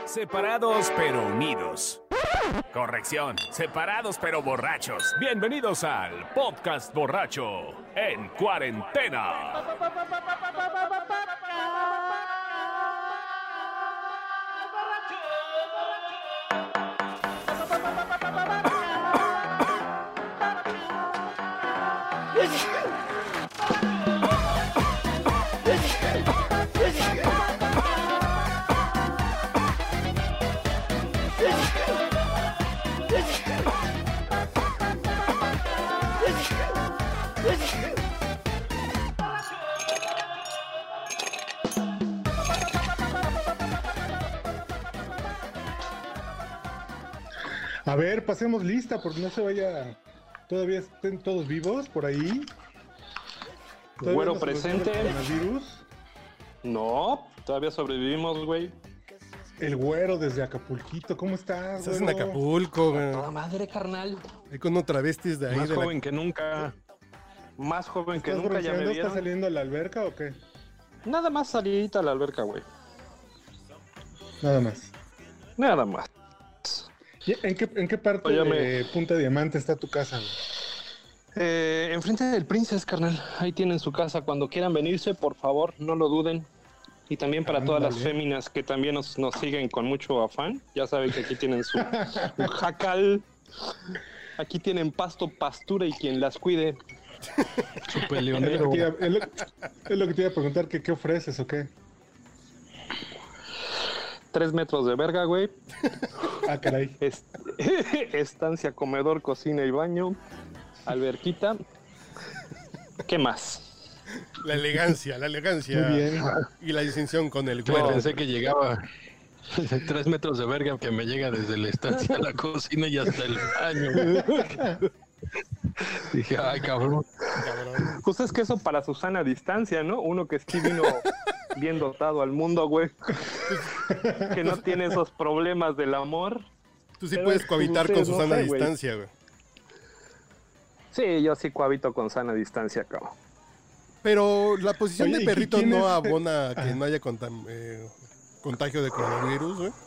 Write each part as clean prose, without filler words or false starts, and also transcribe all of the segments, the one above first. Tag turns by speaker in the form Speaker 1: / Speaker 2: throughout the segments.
Speaker 1: Separados pero unidos. Corrección, separados pero borrachos. Bienvenidos al Podcast Borracho en Cuarentena.
Speaker 2: A ver, pasemos lista porque no se vaya. Todavía estén todos vivos por ahí.
Speaker 3: Güero no presente.
Speaker 2: ¿Coronavirus?
Speaker 3: No, todavía sobrevivimos, güey.
Speaker 2: El güero desde Acapulquito, ¿cómo estás?
Speaker 4: Estás en Acapulco, güey.
Speaker 3: Toda madre, carnal.
Speaker 4: Ahí con unos travestis de ahí.
Speaker 3: Más joven que nunca. Más joven que nunca, ya me vieron.
Speaker 2: ¿Estás saliendo a la alberca o qué?
Speaker 3: Nada más salidita a la alberca, güey.
Speaker 2: Nada más.
Speaker 3: Nada más.
Speaker 2: ¿En qué parte de Punta Diamante está tu casa, güey?
Speaker 3: Enfrente del Princess, carnal. Ahí tienen su casa. Cuando quieran venirse, por favor, no lo duden. Y también para todas las féminas que también nos siguen con mucho afán. Ya saben que aquí tienen su jacal. Aquí tienen pasto, pastura y quien las cuide. Su peleonero.
Speaker 2: Es lo que te iba a preguntar, que ¿qué ofreces o qué?
Speaker 3: 3 metros de verga, güey.
Speaker 2: Ah, caray.
Speaker 3: Estancia, comedor, cocina y baño. Alberquita. ¿Qué más?
Speaker 4: La elegancia.
Speaker 2: Muy bien.
Speaker 4: Y la distinción con el güero.
Speaker 5: Pensé que llegaba 3 metros de verga que me llega desde la estancia a la cocina y hasta el baño. Dije, ay, cabrón.
Speaker 3: Pues es que eso para su sana distancia, ¿no? Uno que sí vino bien dotado al mundo, güey. Que no tiene esos problemas del amor.
Speaker 4: Tú sí puedes cohabitar con su sana distancia, güey.
Speaker 3: Sí, yo sí cohabito con sana distancia, cabrón.
Speaker 4: Pero la posición de perrito no
Speaker 2: es?
Speaker 4: abona que no haya contagio de coronavirus, güey.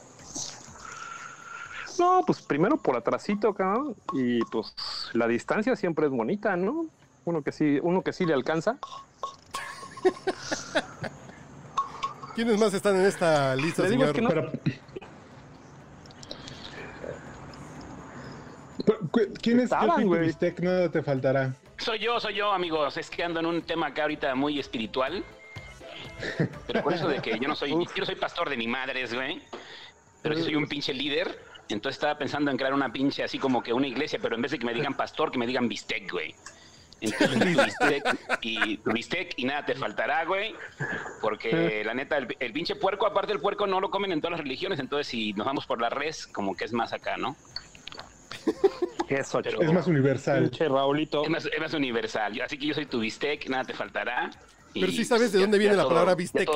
Speaker 3: No, pues primero por atrasito, cabrón. Y pues la distancia siempre es bonita, ¿no? Uno que sí le alcanza.
Speaker 4: ¿Quiénes más están en esta lista,
Speaker 3: Le digo
Speaker 4: señor?
Speaker 3: que no.
Speaker 2: ¿Quién es
Speaker 3: Estaban,
Speaker 2: tu
Speaker 3: güey?
Speaker 2: bistec? Nada te faltará.
Speaker 1: Soy yo, amigos. Es que ando en un tema acá ahorita muy espiritual. Pero por eso de que yo no soy pastor de ni madres, güey. Pero sí soy un pinche líder. Entonces estaba pensando en crear una pinche así como que una iglesia, pero en vez de que me digan pastor, que me digan bistec, güey. Entonces tu bistec y nada te faltará, güey. Porque la neta, el pinche puerco, aparte el puerco no lo comen en todas las religiones. Entonces si nos vamos por la res, como que es más acá, ¿no?
Speaker 3: Eso,
Speaker 2: Es más universal.
Speaker 3: Pinche Raulito.
Speaker 1: Es más universal. Así que yo soy tu bistec, nada te faltará. Y
Speaker 4: Pero sí sabes de dónde viene la palabra bistec.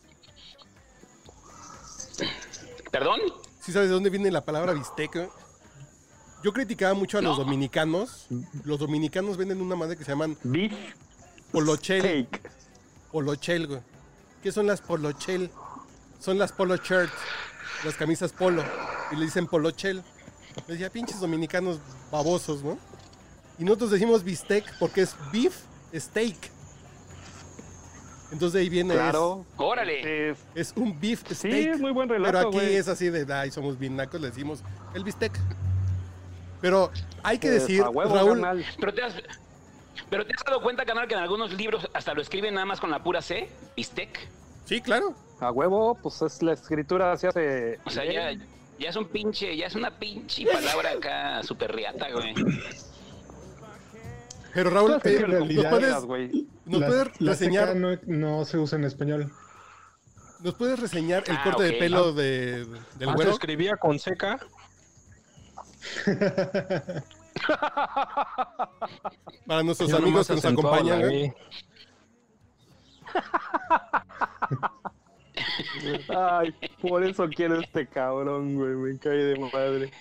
Speaker 1: ¿Perdón?
Speaker 4: ¿Sí sabes de dónde viene la palabra bistec, güey? Yo criticaba mucho a los dominicanos. Los dominicanos venden una madre que se llaman
Speaker 3: Beef
Speaker 4: polochel.
Speaker 3: steak.
Speaker 4: Polochel, güey. ¿Qué son las polochel? Son las polo shirt, las camisas polo. Y le dicen polochel. Le decía, pinches dominicanos babosos, ¿no? Y nosotros decimos bistec porque es beef steak. Entonces de ahí viene.
Speaker 3: Claro.
Speaker 1: ¡Órale!
Speaker 4: Es un beef steak.
Speaker 3: Sí, es muy buen relato,
Speaker 4: Pero aquí
Speaker 3: güey.
Speaker 4: es así de, ay, somos bien nacos, le decimos el bistec. Pero hay que decir,
Speaker 3: a huevo,
Speaker 4: Raúl,
Speaker 3: carnal.
Speaker 1: Pero te has dado cuenta, canal, que en algunos libros hasta lo escriben nada más con la pura C, bistec.
Speaker 4: sí, claro.
Speaker 3: A huevo, pues es la escritura se hace.
Speaker 1: O sea, ya es un pinche, ya es una pinche palabra acá súper riata, güey.
Speaker 4: Pero Raúl,
Speaker 3: Tú haces
Speaker 2: en realidad,
Speaker 3: güey.
Speaker 4: ¿nos puedes
Speaker 2: La
Speaker 4: reseñar?
Speaker 2: seca no se usa en español.
Speaker 4: ¿Nos puedes reseñar el corte de
Speaker 1: ok.
Speaker 4: pelo del
Speaker 5: Se
Speaker 4: güero?
Speaker 5: escribía con seca.
Speaker 4: Para nuestros
Speaker 5: Yo
Speaker 4: amigos
Speaker 5: nomás
Speaker 4: que nos
Speaker 5: acentuaba
Speaker 4: acompañan,
Speaker 5: la
Speaker 4: ¿eh?
Speaker 5: E.
Speaker 3: Ay, por eso quiero este cabrón, güey. Me cae de madre.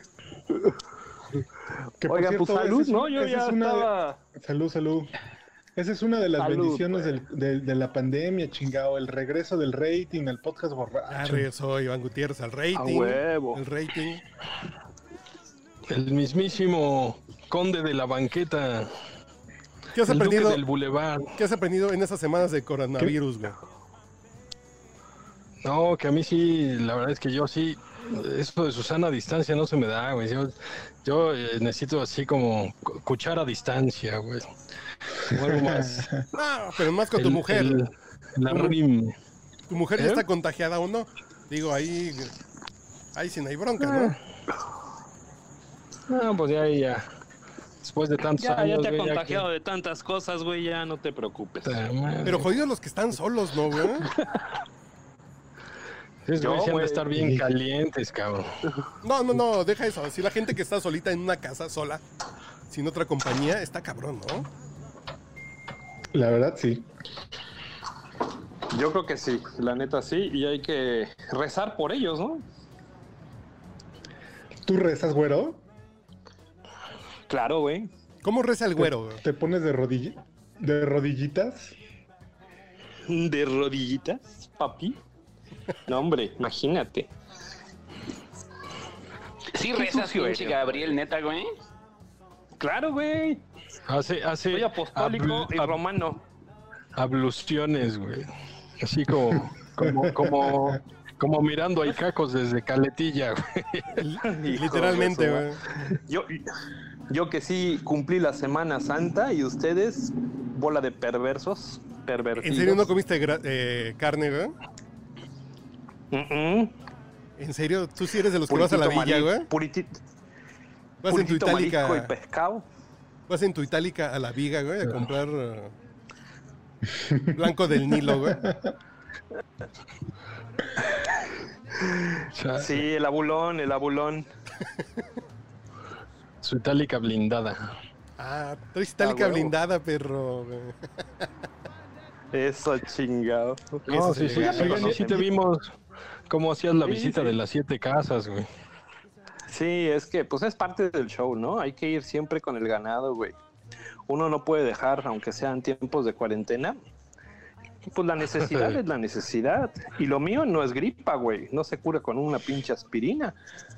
Speaker 2: Que, por
Speaker 3: Oigan,
Speaker 2: cierto,
Speaker 3: pues salud,
Speaker 2: esa es
Speaker 3: ¿no? Yo
Speaker 2: esa
Speaker 3: ya
Speaker 2: es una
Speaker 3: estaba.
Speaker 2: Salud. Esa es una de las
Speaker 3: Salud,
Speaker 2: bendiciones
Speaker 3: güey.
Speaker 2: de la pandemia, chingado. El regreso del rating, al podcast
Speaker 4: Ah,
Speaker 2: borracho.
Speaker 4: regresó Iván Gutiérrez al rating.
Speaker 3: A huevo.
Speaker 4: El rating.
Speaker 5: El mismísimo conde de la banqueta.
Speaker 4: ¿Qué has
Speaker 5: El duque
Speaker 4: aprendido?
Speaker 5: del bulevar.
Speaker 4: ¿Qué has aprendido en estas semanas de coronavirus, güey?
Speaker 5: No, que a mí sí, la verdad es que yo sí, eso de Susana a distancia no se me da, güey. Yo necesito así como cuchara a distancia, güey. O algo más.
Speaker 4: Ah, pero más con tu mujer.
Speaker 5: La RIM.
Speaker 4: ¿Tu mujer ya
Speaker 5: ¿Eh?
Speaker 4: está contagiada o no? Digo, ahí sí no hay bronca, ¿no?
Speaker 5: No, pues ya. Después de tantos
Speaker 3: Ya
Speaker 5: años,
Speaker 3: te ha
Speaker 5: güey,
Speaker 3: contagiado de tantas cosas, güey, ya no te preocupes.
Speaker 5: Puta madre.
Speaker 4: Pero jodidos los que están solos, ¿no, güey?
Speaker 5: Esos
Speaker 3: Yo,
Speaker 5: güeyes sí han de
Speaker 3: güey.
Speaker 5: estar bien calientes, cabrón.
Speaker 4: No, deja eso. Si la gente que está solita en una casa, sola, sin otra compañía, está cabrón, ¿no?
Speaker 2: La verdad, sí.
Speaker 3: Yo creo que sí, la neta sí, y hay que rezar por ellos, ¿no?
Speaker 2: ¿Tú rezas, güero?
Speaker 3: Claro, güey.
Speaker 4: ¿Cómo reza el güero, güey?
Speaker 2: ¿Te pones de rodillitas?
Speaker 3: ¿De rodillitas, papi? No, hombre, imagínate.
Speaker 1: Sí,
Speaker 3: Qué
Speaker 1: rezas,
Speaker 3: sucio
Speaker 1: pinche
Speaker 3: eres,
Speaker 1: Gabriel, neta, güey.
Speaker 3: Claro, güey.
Speaker 5: Hace
Speaker 3: Soy apostólico y romano.
Speaker 5: abluciones, güey. Así como mirando a Icacos desde Caletilla, güey.
Speaker 4: Literalmente, güey.
Speaker 3: Yo que sí cumplí la Semana Santa y ustedes, bola de perversos, pervertidos.
Speaker 4: ¿En serio no comiste carne, güey? ¿En serio? ¿Tú sí eres de los que vas a la villa, güey? Vas en tu
Speaker 3: Puritito marisco y
Speaker 4: itálica.
Speaker 3: pescado.
Speaker 4: Vas en tu itálica a la viga, güey, a comprar blanco del Nilo, güey.
Speaker 5: O sea,
Speaker 3: Sí, el abulón.
Speaker 5: su itálica blindada.
Speaker 4: Ah, traes itálica
Speaker 3: huevo.
Speaker 4: blindada, perro, güey.
Speaker 3: Eso chingado.
Speaker 5: No,
Speaker 4: Eso
Speaker 5: sí,
Speaker 4: sí,
Speaker 5: sí te vimos cómo hacías la
Speaker 3: Sí,
Speaker 5: visita
Speaker 3: sí.
Speaker 5: de las 7 casas, güey.
Speaker 3: Sí, es que pues es parte del show, ¿no? Hay que ir siempre con el ganado, güey. Uno no puede dejar, aunque sean tiempos de cuarentena. Pues la necesidad es la necesidad. Y lo mío no es gripa, güey. No se cura con una pinche aspirina.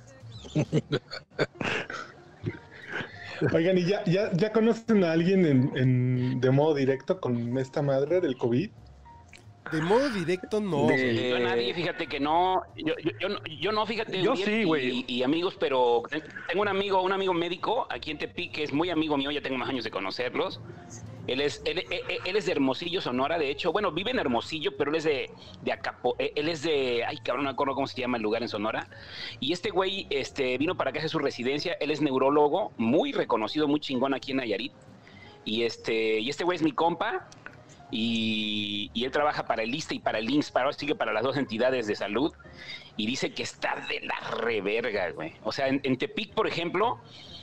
Speaker 2: Oigan, ¿y ya conocen a alguien de modo directo con esta madre del COVID?
Speaker 4: De modo directo, no.
Speaker 1: Yo a nadie, fíjate que no. Yo no, fíjate.
Speaker 3: Yo
Speaker 1: Uriel,
Speaker 3: sí, güey.
Speaker 1: Y amigos, pero tengo un amigo médico aquí en Tepic que es muy amigo mío, ya tengo más años de conocerlos. Él es de Hermosillo, Sonora, de hecho. Bueno, vive en Hermosillo, pero él es de él es de, ay, cabrón, no me acuerdo cómo se llama el lugar en Sonora. Y este güey vino para acá a hacer su residencia. Él es neurólogo, muy reconocido, muy chingón aquí en Nayarit. Y este güey es mi compa. Y él trabaja para el ISSSTE y para el IMSS, sigue para las dos entidades de salud, y dice que está de la reverga, güey. O sea, en Tepic, por ejemplo,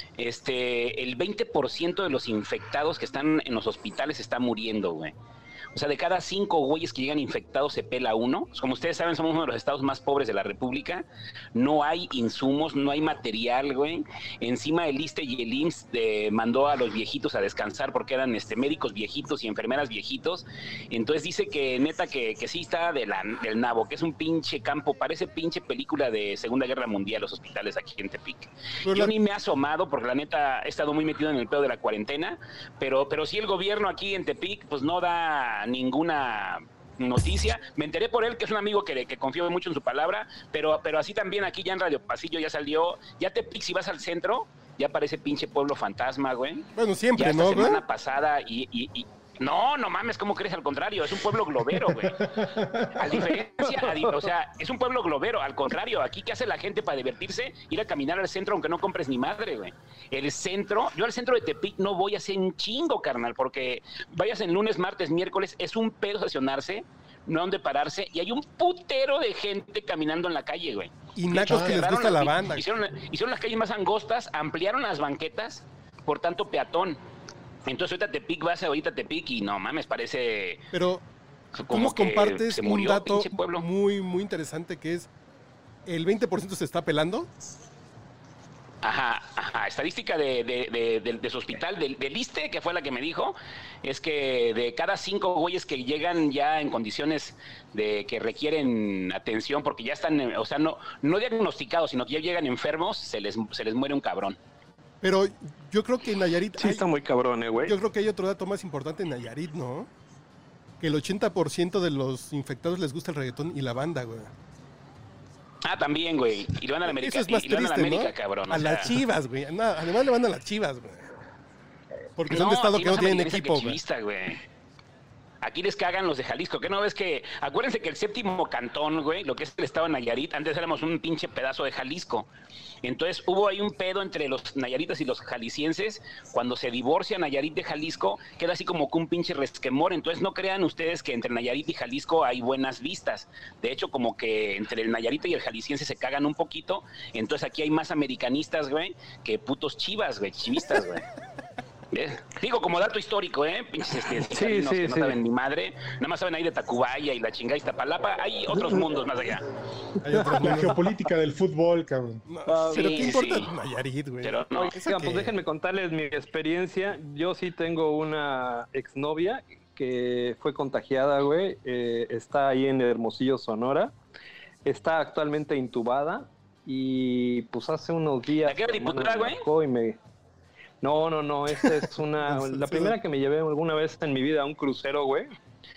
Speaker 1: el 20% de los infectados que están en los hospitales está muriendo, güey. O sea, de cada 5 güeyes que llegan infectados se pela uno. Como ustedes saben, somos uno de los estados más pobres de la República. No hay insumos, no hay material, güey. Encima el ISSSTE y el IMSS mandó a los viejitos a descansar porque eran médicos viejitos y enfermeras viejitos. Entonces dice que neta que sí está del nabo, que es un pinche campo, parece pinche película de Segunda Guerra Mundial los hospitales aquí en Tepic. Yo ni me he asomado porque la neta he estado muy metido en el pedo de la cuarentena, pero sí el gobierno aquí en Tepic pues no da ninguna noticia. Me enteré por él, que es un amigo que confío mucho en su palabra, pero así también aquí ya en Radio Pasillo ya salió, ya Tepic, si vas al centro, ya parece pinche pueblo fantasma, güey.
Speaker 4: Bueno, siempre,
Speaker 1: ya esta
Speaker 4: ¿no, güey?
Speaker 1: semana pasada no mames, ¿cómo crees? Al contrario, es un pueblo globero, güey. A diferencia, o sea, es un pueblo globero, al contrario, aquí ¿qué hace la gente para divertirse? Ir a caminar al centro aunque no compres ni madre, güey. El centro, yo al centro de Tepic no voy a hacer un chingo, carnal, porque vayas en lunes, martes, miércoles, es un pedo estacionarse, no hay donde pararse, y hay un putero de gente caminando en la calle, güey.
Speaker 4: Y nacos que les gusta la banda.
Speaker 1: Hicieron las calles más angostas, ampliaron las banquetas, por tanto peatón. Entonces ahorita Tepic y no mames, parece...
Speaker 4: Pero,
Speaker 1: como
Speaker 4: ¿cómo
Speaker 1: que
Speaker 4: compartes
Speaker 1: se
Speaker 4: un
Speaker 1: murió,
Speaker 4: dato
Speaker 1: pinche pueblo?
Speaker 4: muy, muy interesante que es el 20% se está pelando?
Speaker 1: Ajá. Estadística de su hospital, del ISSSTE, que fue la que me dijo, es que de cada 5 güeyes que llegan ya en condiciones de que requieren atención, porque ya están, o sea, no diagnosticados, sino que ya llegan enfermos, se les muere un cabrón.
Speaker 4: Pero yo creo que en Nayarit...
Speaker 3: Sí, está muy cabrón, güey.
Speaker 4: Yo creo que hay otro dato más importante en Nayarit, ¿no? Que el 80% de los infectados les gusta el reggaetón y la banda, güey.
Speaker 1: Ah, también, güey. Y le van a la América.
Speaker 4: Eso es más
Speaker 1: y le van a la
Speaker 4: triste,
Speaker 1: América,
Speaker 4: ¿no?
Speaker 1: cabrón.
Speaker 4: A las Chivas, güey. No, además le van a las Chivas, güey. Porque son de estado que no tienen equipo,
Speaker 1: güey. Aquí les cagan los de Jalisco. ¿Qué no ves que...? Acuérdense que el 7º cantón, güey, lo que es el estado de Nayarit, antes éramos un pinche pedazo de Jalisco. Entonces hubo ahí un pedo entre los nayaritas y los jaliscienses. Cuando se divorcia Nayarit de Jalisco, queda así como que un pinche resquemor. Entonces no crean ustedes que entre Nayarit y Jalisco hay buenas vistas. De hecho, como que entre el nayarita y el jalisciense se cagan un poquito. Entonces aquí hay más americanistas, güey, que putos chivas, güey, chivistas, güey. Digo, como dato histórico, pinches que no saben ni madre, nada más saben ahí de Tacubaya y la chingada Iztapalapa, hay otros mundos más allá.
Speaker 2: La geopolítica del fútbol, cabrón.
Speaker 4: Pero ¿qué importa Nayarit, güey?
Speaker 1: Pero no.
Speaker 3: Oigan, pues déjenme contarles mi experiencia. Yo sí tengo una exnovia que fue contagiada, güey. Está ahí en Hermosillo, Sonora. Está actualmente intubada y pues hace unos días...
Speaker 1: ¿A qué diputada, güey?
Speaker 3: No, esta es la primera que me llevé alguna vez en mi vida a un crucero, güey.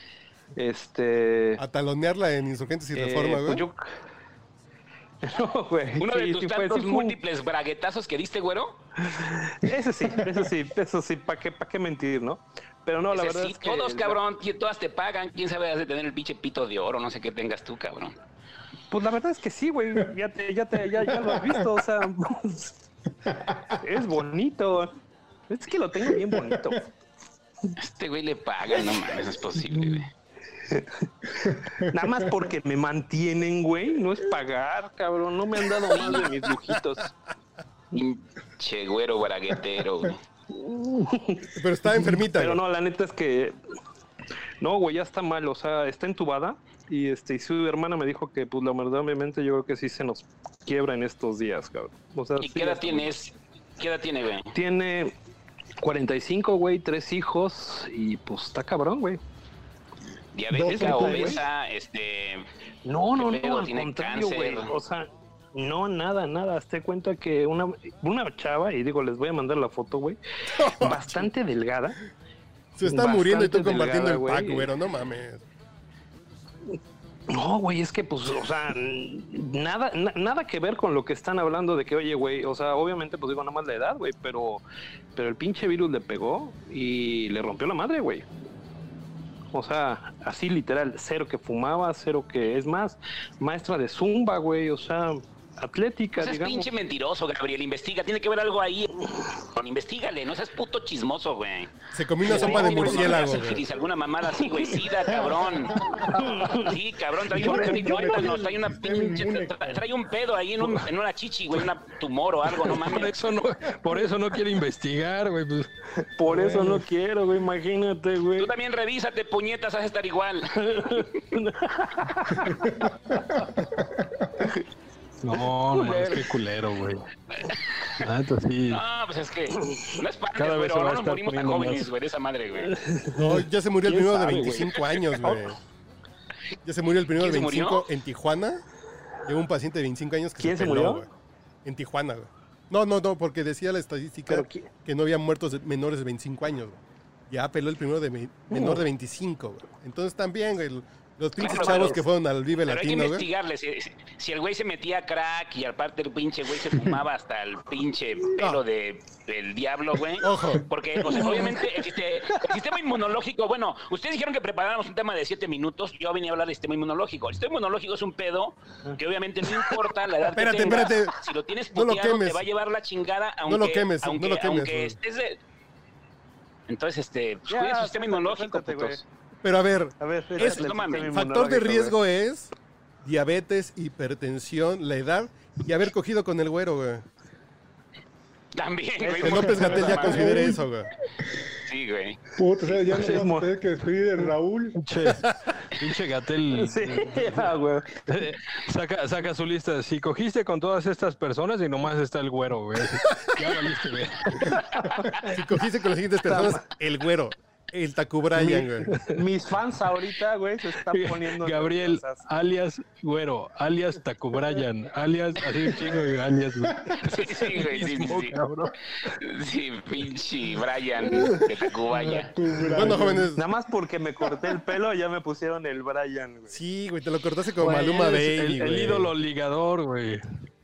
Speaker 4: A talonearla en Insurgentes y Reforma, güey.
Speaker 3: Pues no, güey.
Speaker 1: ¿Uno de tus tantos múltiples braguetazos que diste, güero?
Speaker 3: Eso sí, ¿para qué mentir, no? Pero no, la verdad es que...
Speaker 1: Todos, cabrón, todas te pagan. ¿Quién sabe de tener el pinche pito de oro? No sé qué tengas tú, cabrón.
Speaker 3: Pues la verdad es que sí, güey. Ya lo has visto, o sea... Es bonito. Es que lo tengo bien bonito.
Speaker 1: Este güey le paga, no mames, no es posible, güey.
Speaker 3: Nada más porque me mantienen, güey. No es pagar, cabrón. No me han dado más de mis lujitos.
Speaker 1: Pinche güero braguetero, güey.
Speaker 4: Pero está enfermita.
Speaker 3: Pero no, la neta es que... No, güey, ya está mal. O sea, está entubada. Y su hermana me dijo que, pues, la verdad, obviamente, yo creo que sí se nos quiebra en estos días, cabrón. O sea,
Speaker 1: ¿Y qué edad tienes? ¿Qué edad tiene, güey?
Speaker 3: Tiene 45, güey, 3 hijos. Y, pues, está cabrón, güey.
Speaker 1: Diabética, obesa,
Speaker 3: No, al
Speaker 1: tiene
Speaker 3: contrario, güey.
Speaker 1: cáncer.
Speaker 3: O sea, no, nada. Hazte cuenta que una chava, y digo, les voy a mandar la foto, güey, bastante delgada.
Speaker 4: Se está muriendo y tú compartiendo el pack, güero, no mames.
Speaker 3: No, güey, es que, pues, o sea, nada que ver con lo que están hablando de que, oye, güey, o sea, obviamente, pues digo, nada más la edad, güey, pero el pinche virus le pegó y le rompió la madre, güey. O sea, así literal, cero que fumaba, cero que, es más, maestra de zumba, güey, o sea, atlética,
Speaker 1: digamos. Es pinche mentiroso, Gabriel, investiga, tiene que ver algo ahí. Investígale, no seas puto chismoso, güey.
Speaker 4: Se comió una sopa de murciélago,
Speaker 1: güey. Alguna mamada así, güey, sida, cabrón. Sí, cabrón, trae una pinche, trae un pedo ahí en una chichi, güey, una tumor o algo, no mames.
Speaker 5: Por eso no quiere investigar, güey. Pues.
Speaker 3: Por eso no quiero, güey, imagínate, güey.
Speaker 1: Tú también revísate, puñetas, vas a estar igual.
Speaker 5: No, es que culero, güey. Sí.
Speaker 1: No, pues es que no es parte,
Speaker 5: cada vez
Speaker 1: pero no nos morimos tan jóvenes, güey, de esa madre, güey.
Speaker 4: No, ya se murió el primero de 25 años, güey. Ya se murió el primero de 25 en Tijuana. Llegó un paciente de 25 años que
Speaker 3: ¿Quién se murió?
Speaker 4: Güey. En Tijuana, güey. No, porque decía la estadística que no había muertos menores de 25 años, güey. Ya peló el primero de menor de 25, güey. Entonces también, güey, los pinches chavos que fueron al Vive Latino, güey.
Speaker 1: Hay que investigarle. Si el güey se metía crack y aparte el pinche güey se fumaba hasta el pinche pelo del diablo, güey.
Speaker 4: Ojo.
Speaker 1: Porque, o sea, obviamente el sistema inmunológico, bueno, ustedes dijeron que preparáramos un tema de 7 minutos. Yo venía a hablar del sistema inmunológico. El sistema inmunológico es un pedo que obviamente no importa la edad que tengas.
Speaker 4: Espérate.
Speaker 1: Si lo tienes puteado, te va a llevar la chingada.
Speaker 4: No lo quemes.
Speaker 1: Aunque estés de... Entonces, cuida su sistema inmunológico, putos.
Speaker 4: Pero a ver,
Speaker 1: no mames.
Speaker 4: Factor de riesgo es diabetes, hipertensión, la edad y haber cogido con el güero, güey.
Speaker 1: También, güey.
Speaker 4: Que López-Gatell ya considere eso, güey.
Speaker 1: Sí, güey.
Speaker 2: Puta, o sea, ya no vamos a tener que despedir de Raúl.
Speaker 5: Pinche Gatell.
Speaker 3: Sí, güey.
Speaker 5: Saca su lista. Si cogiste con todas estas personas y nomás está el güero, güey. Ya valiste, güey.
Speaker 4: Si cogiste con las siguientes personas, el güero, el Tacubryan, güey.
Speaker 3: Mis fans ahorita, güey, se están poniendo
Speaker 5: Gabriel,
Speaker 3: nerviosas.
Speaker 5: alias güero, alias Tacubryan, alias así un chingo de alias, güey.
Speaker 1: Sí, güey, sí,
Speaker 5: Mismo,
Speaker 1: sí.
Speaker 5: cabrón.
Speaker 1: Sí, pinche Brian de Tacubaya.
Speaker 4: Bueno, jóvenes.
Speaker 3: Nada más porque me corté el pelo, ya me pusieron el Brian, güey.
Speaker 4: Sí, güey, te lo cortaste como
Speaker 5: Güey,
Speaker 4: Maluma
Speaker 5: eres
Speaker 4: Baby,
Speaker 5: el
Speaker 4: güey.
Speaker 5: ídolo ligador, güey.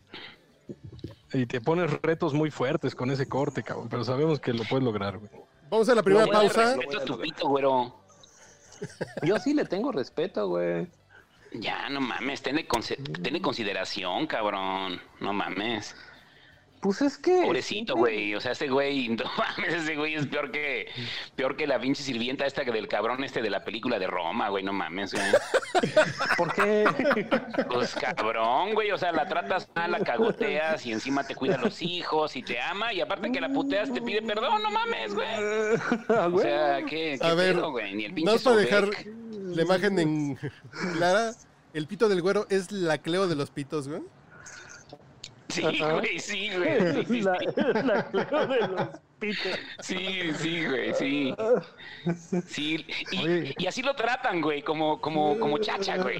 Speaker 5: Y te pones retos muy fuertes con ese corte, cabrón. Pero sabemos que lo puedes lograr, güey.
Speaker 4: Vamos a la primera
Speaker 1: Güey,
Speaker 4: pausa.
Speaker 1: respeto a tu pito, güero.
Speaker 3: Yo sí le tengo respeto, güey.
Speaker 1: Ya, no mames, tenle consideración, cabrón. No mames.
Speaker 3: Pues es que...
Speaker 1: Pobrecito, güey. O sea, ese güey, no mames, ese güey es peor que la pinche sirvienta esta del cabrón este de la película de Roma, güey. No mames, güey.
Speaker 3: ¿Por qué?
Speaker 1: Pues cabrón, güey. O sea, la tratas mal, la cagoteas y encima te cuida a los hijos y te ama. Y aparte que la puteas, te pide perdón, no mames, güey. O sea, ¿qué
Speaker 4: A ver,
Speaker 1: pedo, güey? Ni el pinche
Speaker 4: no es para dejar
Speaker 1: Sobek.
Speaker 4: la imagen en clara. El pito del güero es la Cleo de los pitos, güey.
Speaker 1: Sí, güey, sí, güey. Sí,
Speaker 3: La Cleo de los pitos.
Speaker 1: sí, güey, sí. Sí, y así lo tratan, güey, como chacha, güey.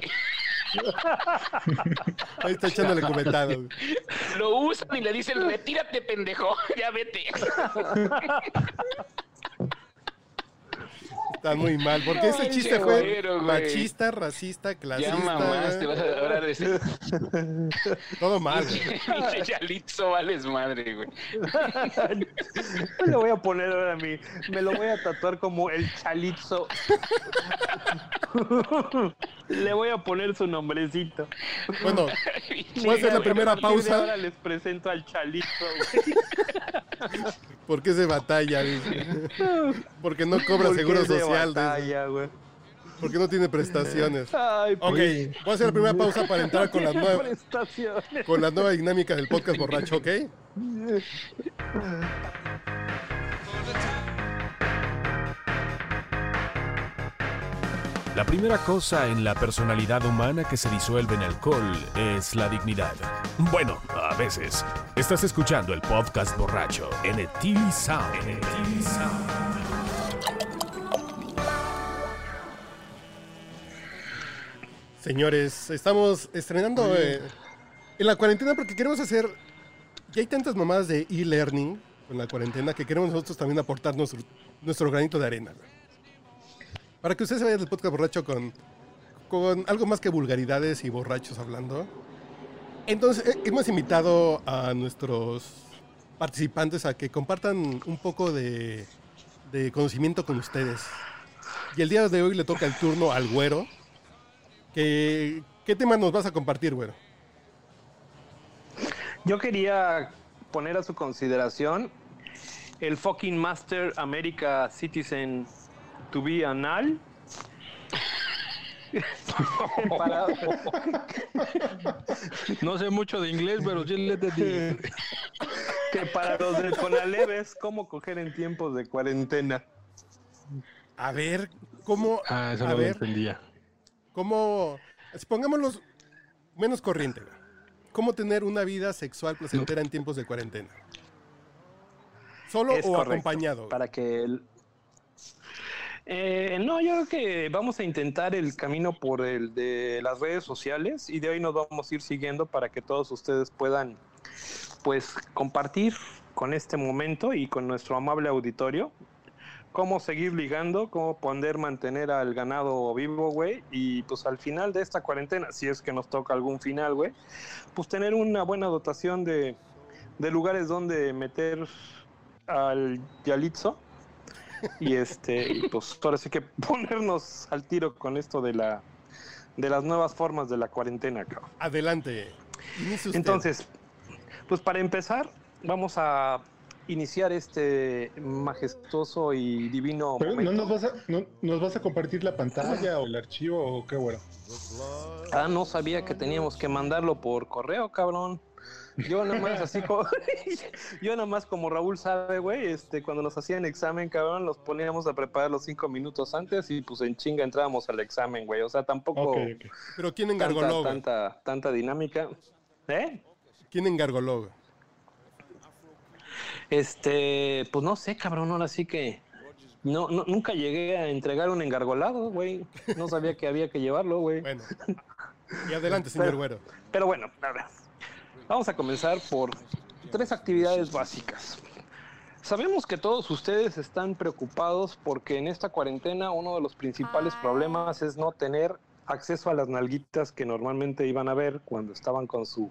Speaker 4: Ahí está echándole comentado, güey.
Speaker 1: Lo usan y le dicen, retírate, pendejo, ya vete.
Speaker 4: Está muy mal, porque ese
Speaker 1: Pinche
Speaker 4: chiste fue
Speaker 1: güero, güey.
Speaker 4: machista, racista, clasista.
Speaker 1: Ya mamaste, vas a ahora decir,
Speaker 4: Todo mal, güey.
Speaker 1: pinche Yalitzo, vales madre, güey.
Speaker 3: Le voy a poner ahora me lo voy a tatuar como el Chalitzo. Le voy a poner su nombrecito.
Speaker 4: Bueno, voy a hacer la primera
Speaker 3: A partir de
Speaker 4: pausa.
Speaker 3: Ahora les presento al Chalitzo, güey.
Speaker 4: Porque es de batalla, güey. Porque no cobra
Speaker 3: Porque
Speaker 4: seguro
Speaker 3: es de
Speaker 4: social.
Speaker 3: batalla, güey.
Speaker 4: Porque no tiene prestaciones.
Speaker 3: Ay,
Speaker 4: Ok, voy a hacer la primera pausa para entrar con la nueva,
Speaker 3: prestaciones.
Speaker 4: con la nueva dinámica del podcast borracho, ¿ok?
Speaker 6: La primera cosa en la personalidad humana que se disuelve en alcohol es la dignidad. Bueno, a veces. Estás escuchando el podcast borracho en el TV Sound.
Speaker 4: Señores, estamos estrenando en la cuarentena porque queremos hacer... Ya hay tantas mamadas de e-learning con la cuarentena que queremos nosotros también aportar nuestro granito de arena, güey. Para que ustedes se vayan del podcast borracho con algo más que vulgaridades y borrachos hablando. Entonces, hemos invitado a nuestros participantes a que compartan un poco de conocimiento con ustedes. Y el día de hoy le toca el turno al güero. ¿Qué tema nos vas a compartir, güero?
Speaker 3: Yo quería poner a su consideración el fucking Master America Citizen to be anal.
Speaker 5: No sé mucho de inglés, pero sí le entendí.
Speaker 3: Que para los del Conalep es cómo coger en tiempos de cuarentena.
Speaker 4: A ver, ¿cómo?
Speaker 5: Eso
Speaker 4: a
Speaker 5: no lo
Speaker 4: ver,
Speaker 5: entendía.
Speaker 4: ¿cómo? Pongámoslos menos corriente, güey. ¿Cómo tener una vida sexual placentera en tiempos de cuarentena? ¿Solo
Speaker 3: Es
Speaker 4: o
Speaker 3: correcto,
Speaker 4: acompañado, güey?
Speaker 3: Para que no, yo creo que vamos a intentar el camino por el de las redes sociales y de hoy nos vamos a ir siguiendo para que todos ustedes puedan pues compartir con este momento y con nuestro amable auditorio cómo seguir ligando, cómo poder mantener al ganado vivo, güey, y pues al final de esta cuarentena, si es que nos toca algún final, güey, pues tener una buena dotación de lugares donde meter al Yalitzo y y pues ahora sí que ponernos al tiro con esto de las nuevas formas de la cuarentena, cabrón.
Speaker 4: Adelante. Inicie usted.
Speaker 3: Entonces, pues para empezar, vamos a iniciar este majestuoso y divino
Speaker 2: Pero
Speaker 3: momento.
Speaker 2: ¿nos vas a compartir la pantalla o el archivo o qué, güero?
Speaker 3: Ah, no sabía que teníamos que mandarlo por correo, cabrón. Yo nada más así como... yo nada más como Raúl sabe, güey, cuando nos hacían examen, cabrón, los poníamos a preparar los 5 minutos antes y pues en chinga entrábamos al examen, güey. O sea, tampoco...
Speaker 2: Ok.
Speaker 4: Pero ¿quién engargoló, güey?
Speaker 3: Tanta dinámica.
Speaker 4: ¿Quién engargoló, güey?
Speaker 3: Pues no sé, cabrón, ahora sí que... No, nunca llegué a entregar un engargolado, güey. No sabía que había que llevarlo, güey.
Speaker 4: Bueno. Y adelante, señor Güero.
Speaker 3: Pero bueno, a ver. Vamos a comenzar por 3 actividades básicas. Sabemos que todos ustedes están preocupados porque en esta cuarentena uno de los principales problemas es no tener acceso a las nalguitas que normalmente iban a ver cuando estaban con su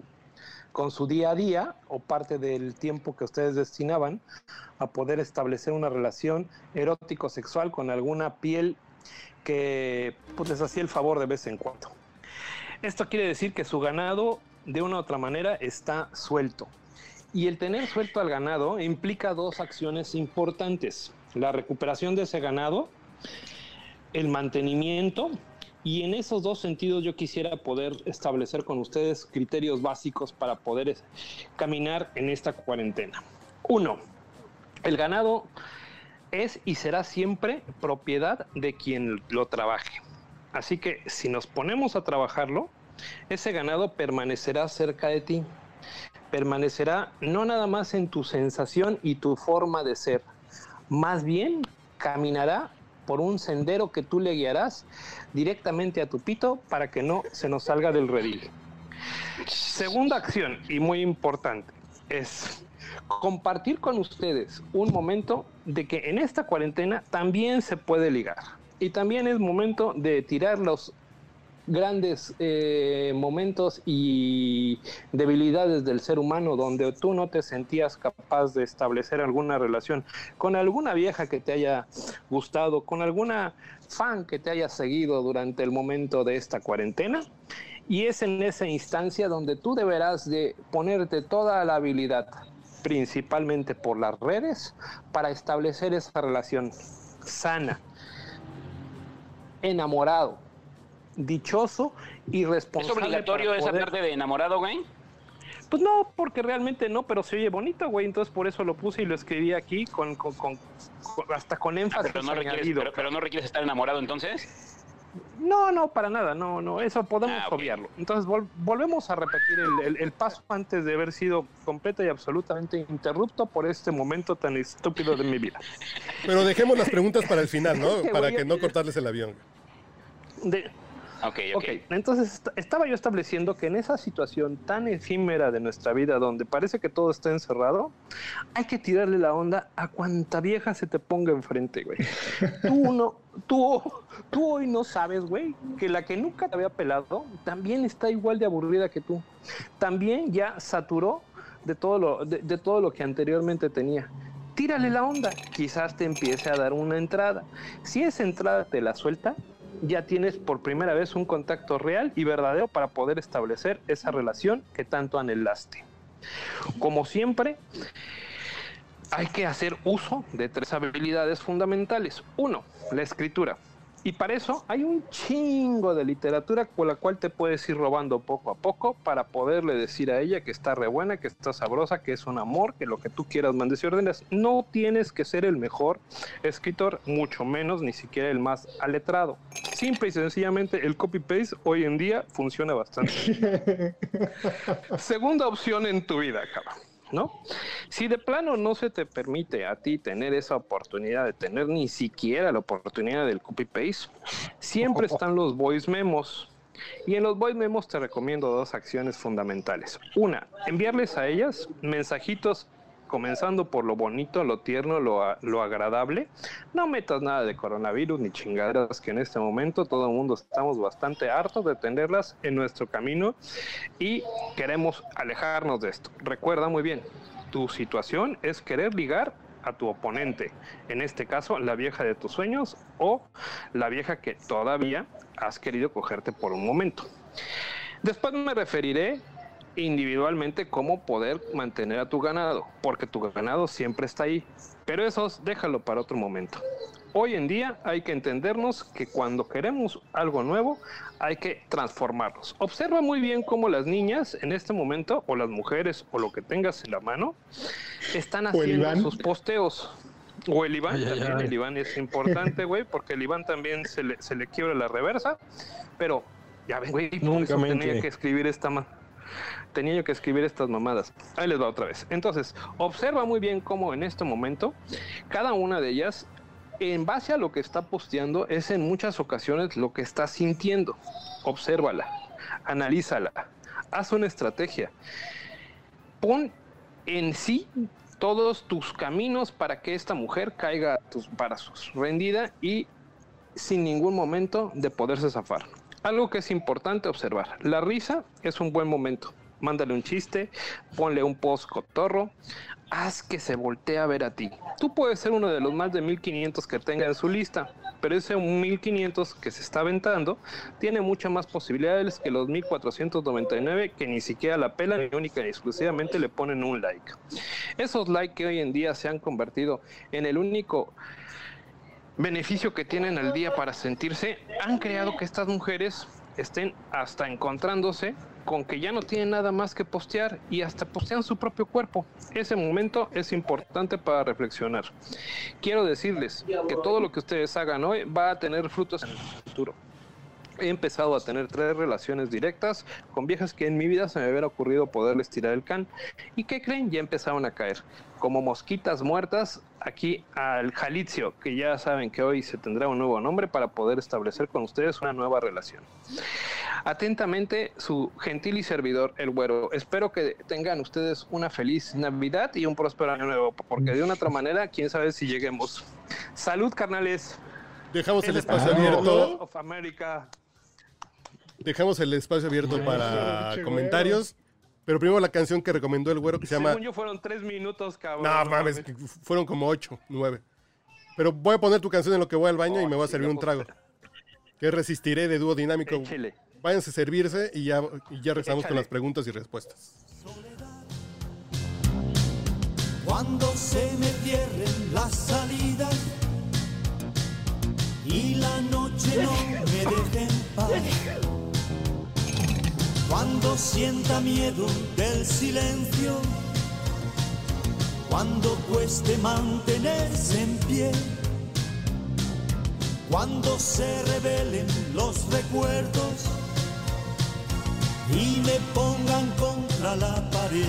Speaker 3: día a día o parte del tiempo que ustedes destinaban a poder establecer una relación erótico-sexual con alguna piel que pues, les hacía el favor de vez en cuando. Esto quiere decir que su ganado de una u otra manera está suelto. Y el tener suelto al ganado implica 2 acciones importantes: la recuperación de ese ganado, el mantenimiento. Y en esos 2 sentidos yo quisiera poder establecer con ustedes criterios básicos para poder caminar en esta cuarentena. 1. El ganado es y será siempre propiedad de quien lo trabaje. Así que si nos ponemos a trabajarlo, ese ganado permanecerá cerca de ti. Permanecerá no nada más en tu sensación y tu forma de ser, más bien caminará por un sendero que tú le guiarás directamente a tu pito para que no se nos salga del redil. Segunda acción, y muy importante, es compartir con ustedes un momento de que en esta cuarentena también se puede ligar. Y también es momento de tirar los grandes momentos y debilidades del ser humano donde tú no te sentías capaz de establecer alguna relación con alguna vieja que te haya gustado, con alguna fan que te haya seguido durante el momento de esta cuarentena. Y es en esa instancia donde tú deberás de ponerte toda la habilidad, principalmente por las redes, para establecer esa relación sana, enamorado, dichoso y responsable.
Speaker 1: ¿Es obligatorio esa parte de enamorado, güey?
Speaker 3: Pues no, porque realmente no, pero se oye bonito, güey. Entonces por eso lo puse y lo escribí aquí hasta con énfasis.
Speaker 1: Pero no requieres estar enamorado, entonces.
Speaker 3: No, para nada, no, eso podemos obviarlo. Entonces volvemos a repetir el paso antes de haber sido completa y absolutamente interrupto por este momento tan estúpido de mi vida.
Speaker 4: Pero dejemos las preguntas para el final, ¿no? Para que no cortarles el avión.
Speaker 1: Ok.
Speaker 3: Entonces estaba yo estableciendo que en esa situación tan efímera de nuestra vida donde parece que todo está encerrado, hay que tirarle la onda a cuanta vieja se te ponga enfrente, güey. Tú hoy no sabes, güey, que la que nunca te había pelado también está igual de aburrida que tú. También ya saturó de todo lo que anteriormente tenía. Tírale la onda, quizás te empiece a dar una entrada. Si esa entrada te la suelta, ya tienes por primera vez un contacto real y verdadero para poder establecer esa relación que tanto anhelaste. Como siempre, hay que hacer uso de 3 habilidades fundamentales. 1, la escritura. Y para eso hay un chingo de literatura con la cual te puedes ir robando poco a poco para poderle decir a ella que está re buena, que está sabrosa, que es un amor, que lo que tú quieras mandes y ordenes. No tienes que ser el mejor escritor, mucho menos ni siquiera el más aletrado. Simple y sencillamente el copy-paste hoy en día funciona bastante. Segunda opción en tu vida, cabrón, ¿no? Si de plano no se te permite a ti tener esa oportunidad de tener ni siquiera la oportunidad del copy-paste, siempre están los voice memos. Y en los voice memos te recomiendo 2 acciones fundamentales. Una, enviarles a ellas mensajitos comenzando por lo bonito, lo tierno, lo agradable. No metas nada de coronavirus ni chingaderas que en este momento todo el mundo estamos bastante hartos de tenerlas en nuestro camino y queremos alejarnos de esto. Recuerda muy bien, tu situación es querer ligar a tu oponente, en este caso la vieja de tus sueños o la vieja que todavía has querido cogerte por un momento. Después me referiré individualmente cómo poder mantener a tu ganado, porque tu ganado siempre está ahí, pero eso déjalo para otro momento. Hoy en día hay que entendernos que cuando queremos algo nuevo hay que transformarlos. Observa muy bien cómo las niñas en este momento, o las mujeres, o lo que tengas en la mano, están haciendo sus posteos. O el Iván, también el Iván es importante, güey, porque el Iván también se le quiebra la reversa, pero ya ven, güey, nunca tenía que escribir tenía yo que escribir estas mamadas. Ahí les va otra vez. Entonces, observa muy bien cómo en este momento cada una de ellas, en base a lo que está posteando, es en muchas ocasiones lo que está sintiendo. Obsérvala, analízala, haz una estrategia. Pon en sí todos tus caminos para que esta mujer caiga a tus brazos, rendida y sin ningún momento de poderse zafar. Algo que es importante observar: la risa es un buen momento. Mándale un chiste, ponle un post cotorro, haz que se voltee a ver a ti. Tú puedes ser uno de los más de 1500 que tenga en su lista, pero ese 1500 que se está aventando tiene muchas más posibilidades que los 1499 que ni siquiera la pelan y única y exclusivamente le ponen un like. Esos likes que hoy en día se han convertido en el único beneficio que tienen al día para sentirse, han creado que estas mujeres estén hasta encontrándose con que ya no tienen nada más que postear y hasta postean su propio cuerpo. Ese momento es importante para reflexionar. Quiero decirles que todo lo que ustedes hagan hoy va a tener frutos en el futuro. He empezado a tener 3 relaciones directas con viejas que en mi vida se me hubiera ocurrido poderles tirar el can. ¿Y qué creen? Ya empezaron a caer como mosquitas muertas aquí al Jalitzio, que ya saben que hoy se tendrá un nuevo nombre para poder establecer con ustedes una nueva relación. Atentamente, su gentil y servidor, el Güero. Espero que tengan ustedes una feliz Navidad y un próspero año nuevo, porque de una otra manera, quién sabe si lleguemos. Salud, carnales.
Speaker 4: Dejamos el espacio abierto.
Speaker 3: Of America.
Speaker 4: Dejamos el espacio abierto para comentarios. Pero primero la canción que recomendó el Güero, que se llama...
Speaker 3: Según yo fueron 3 minutos, cabrón.
Speaker 4: No, mames, fueron como 8, 9. Pero voy a poner tu canción en lo que voy al baño y me voy a servir un trago. Que Resistiré, de Dúo Dinámico.
Speaker 3: Échale.
Speaker 4: Váyanse a servirse y ya regresamos con las preguntas y respuestas.
Speaker 7: Cuando se me cierren las salidas y la noche no me deje en paz, cuando sienta miedo del silencio, cuando cueste mantenerse en pie, cuando se revelen los recuerdos y me pongan contra la pared,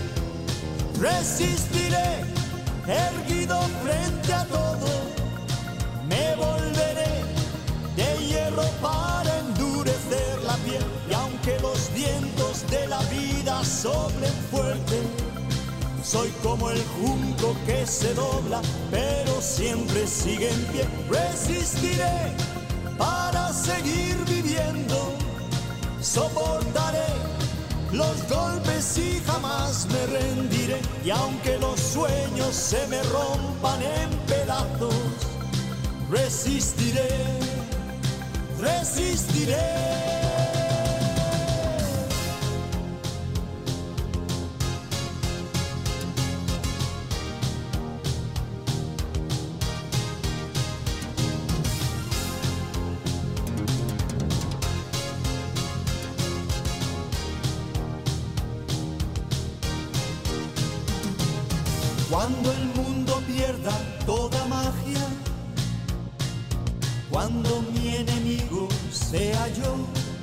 Speaker 7: resistiré erguido frente a todo, me volveré de hierro para endurecer la piel. Y aunque los vientos de la vida soplen fuerte, soy como el junco que se dobla, pero siempre sigue en pie. Resistiré para seguir viviendo, soportaré los golpes y jamás me rendiré. Y aunque los sueños se me rompan en pedazos, resistiré, resistiré. Cuando el mundo pierda toda magia, cuando mi enemigo sea yo,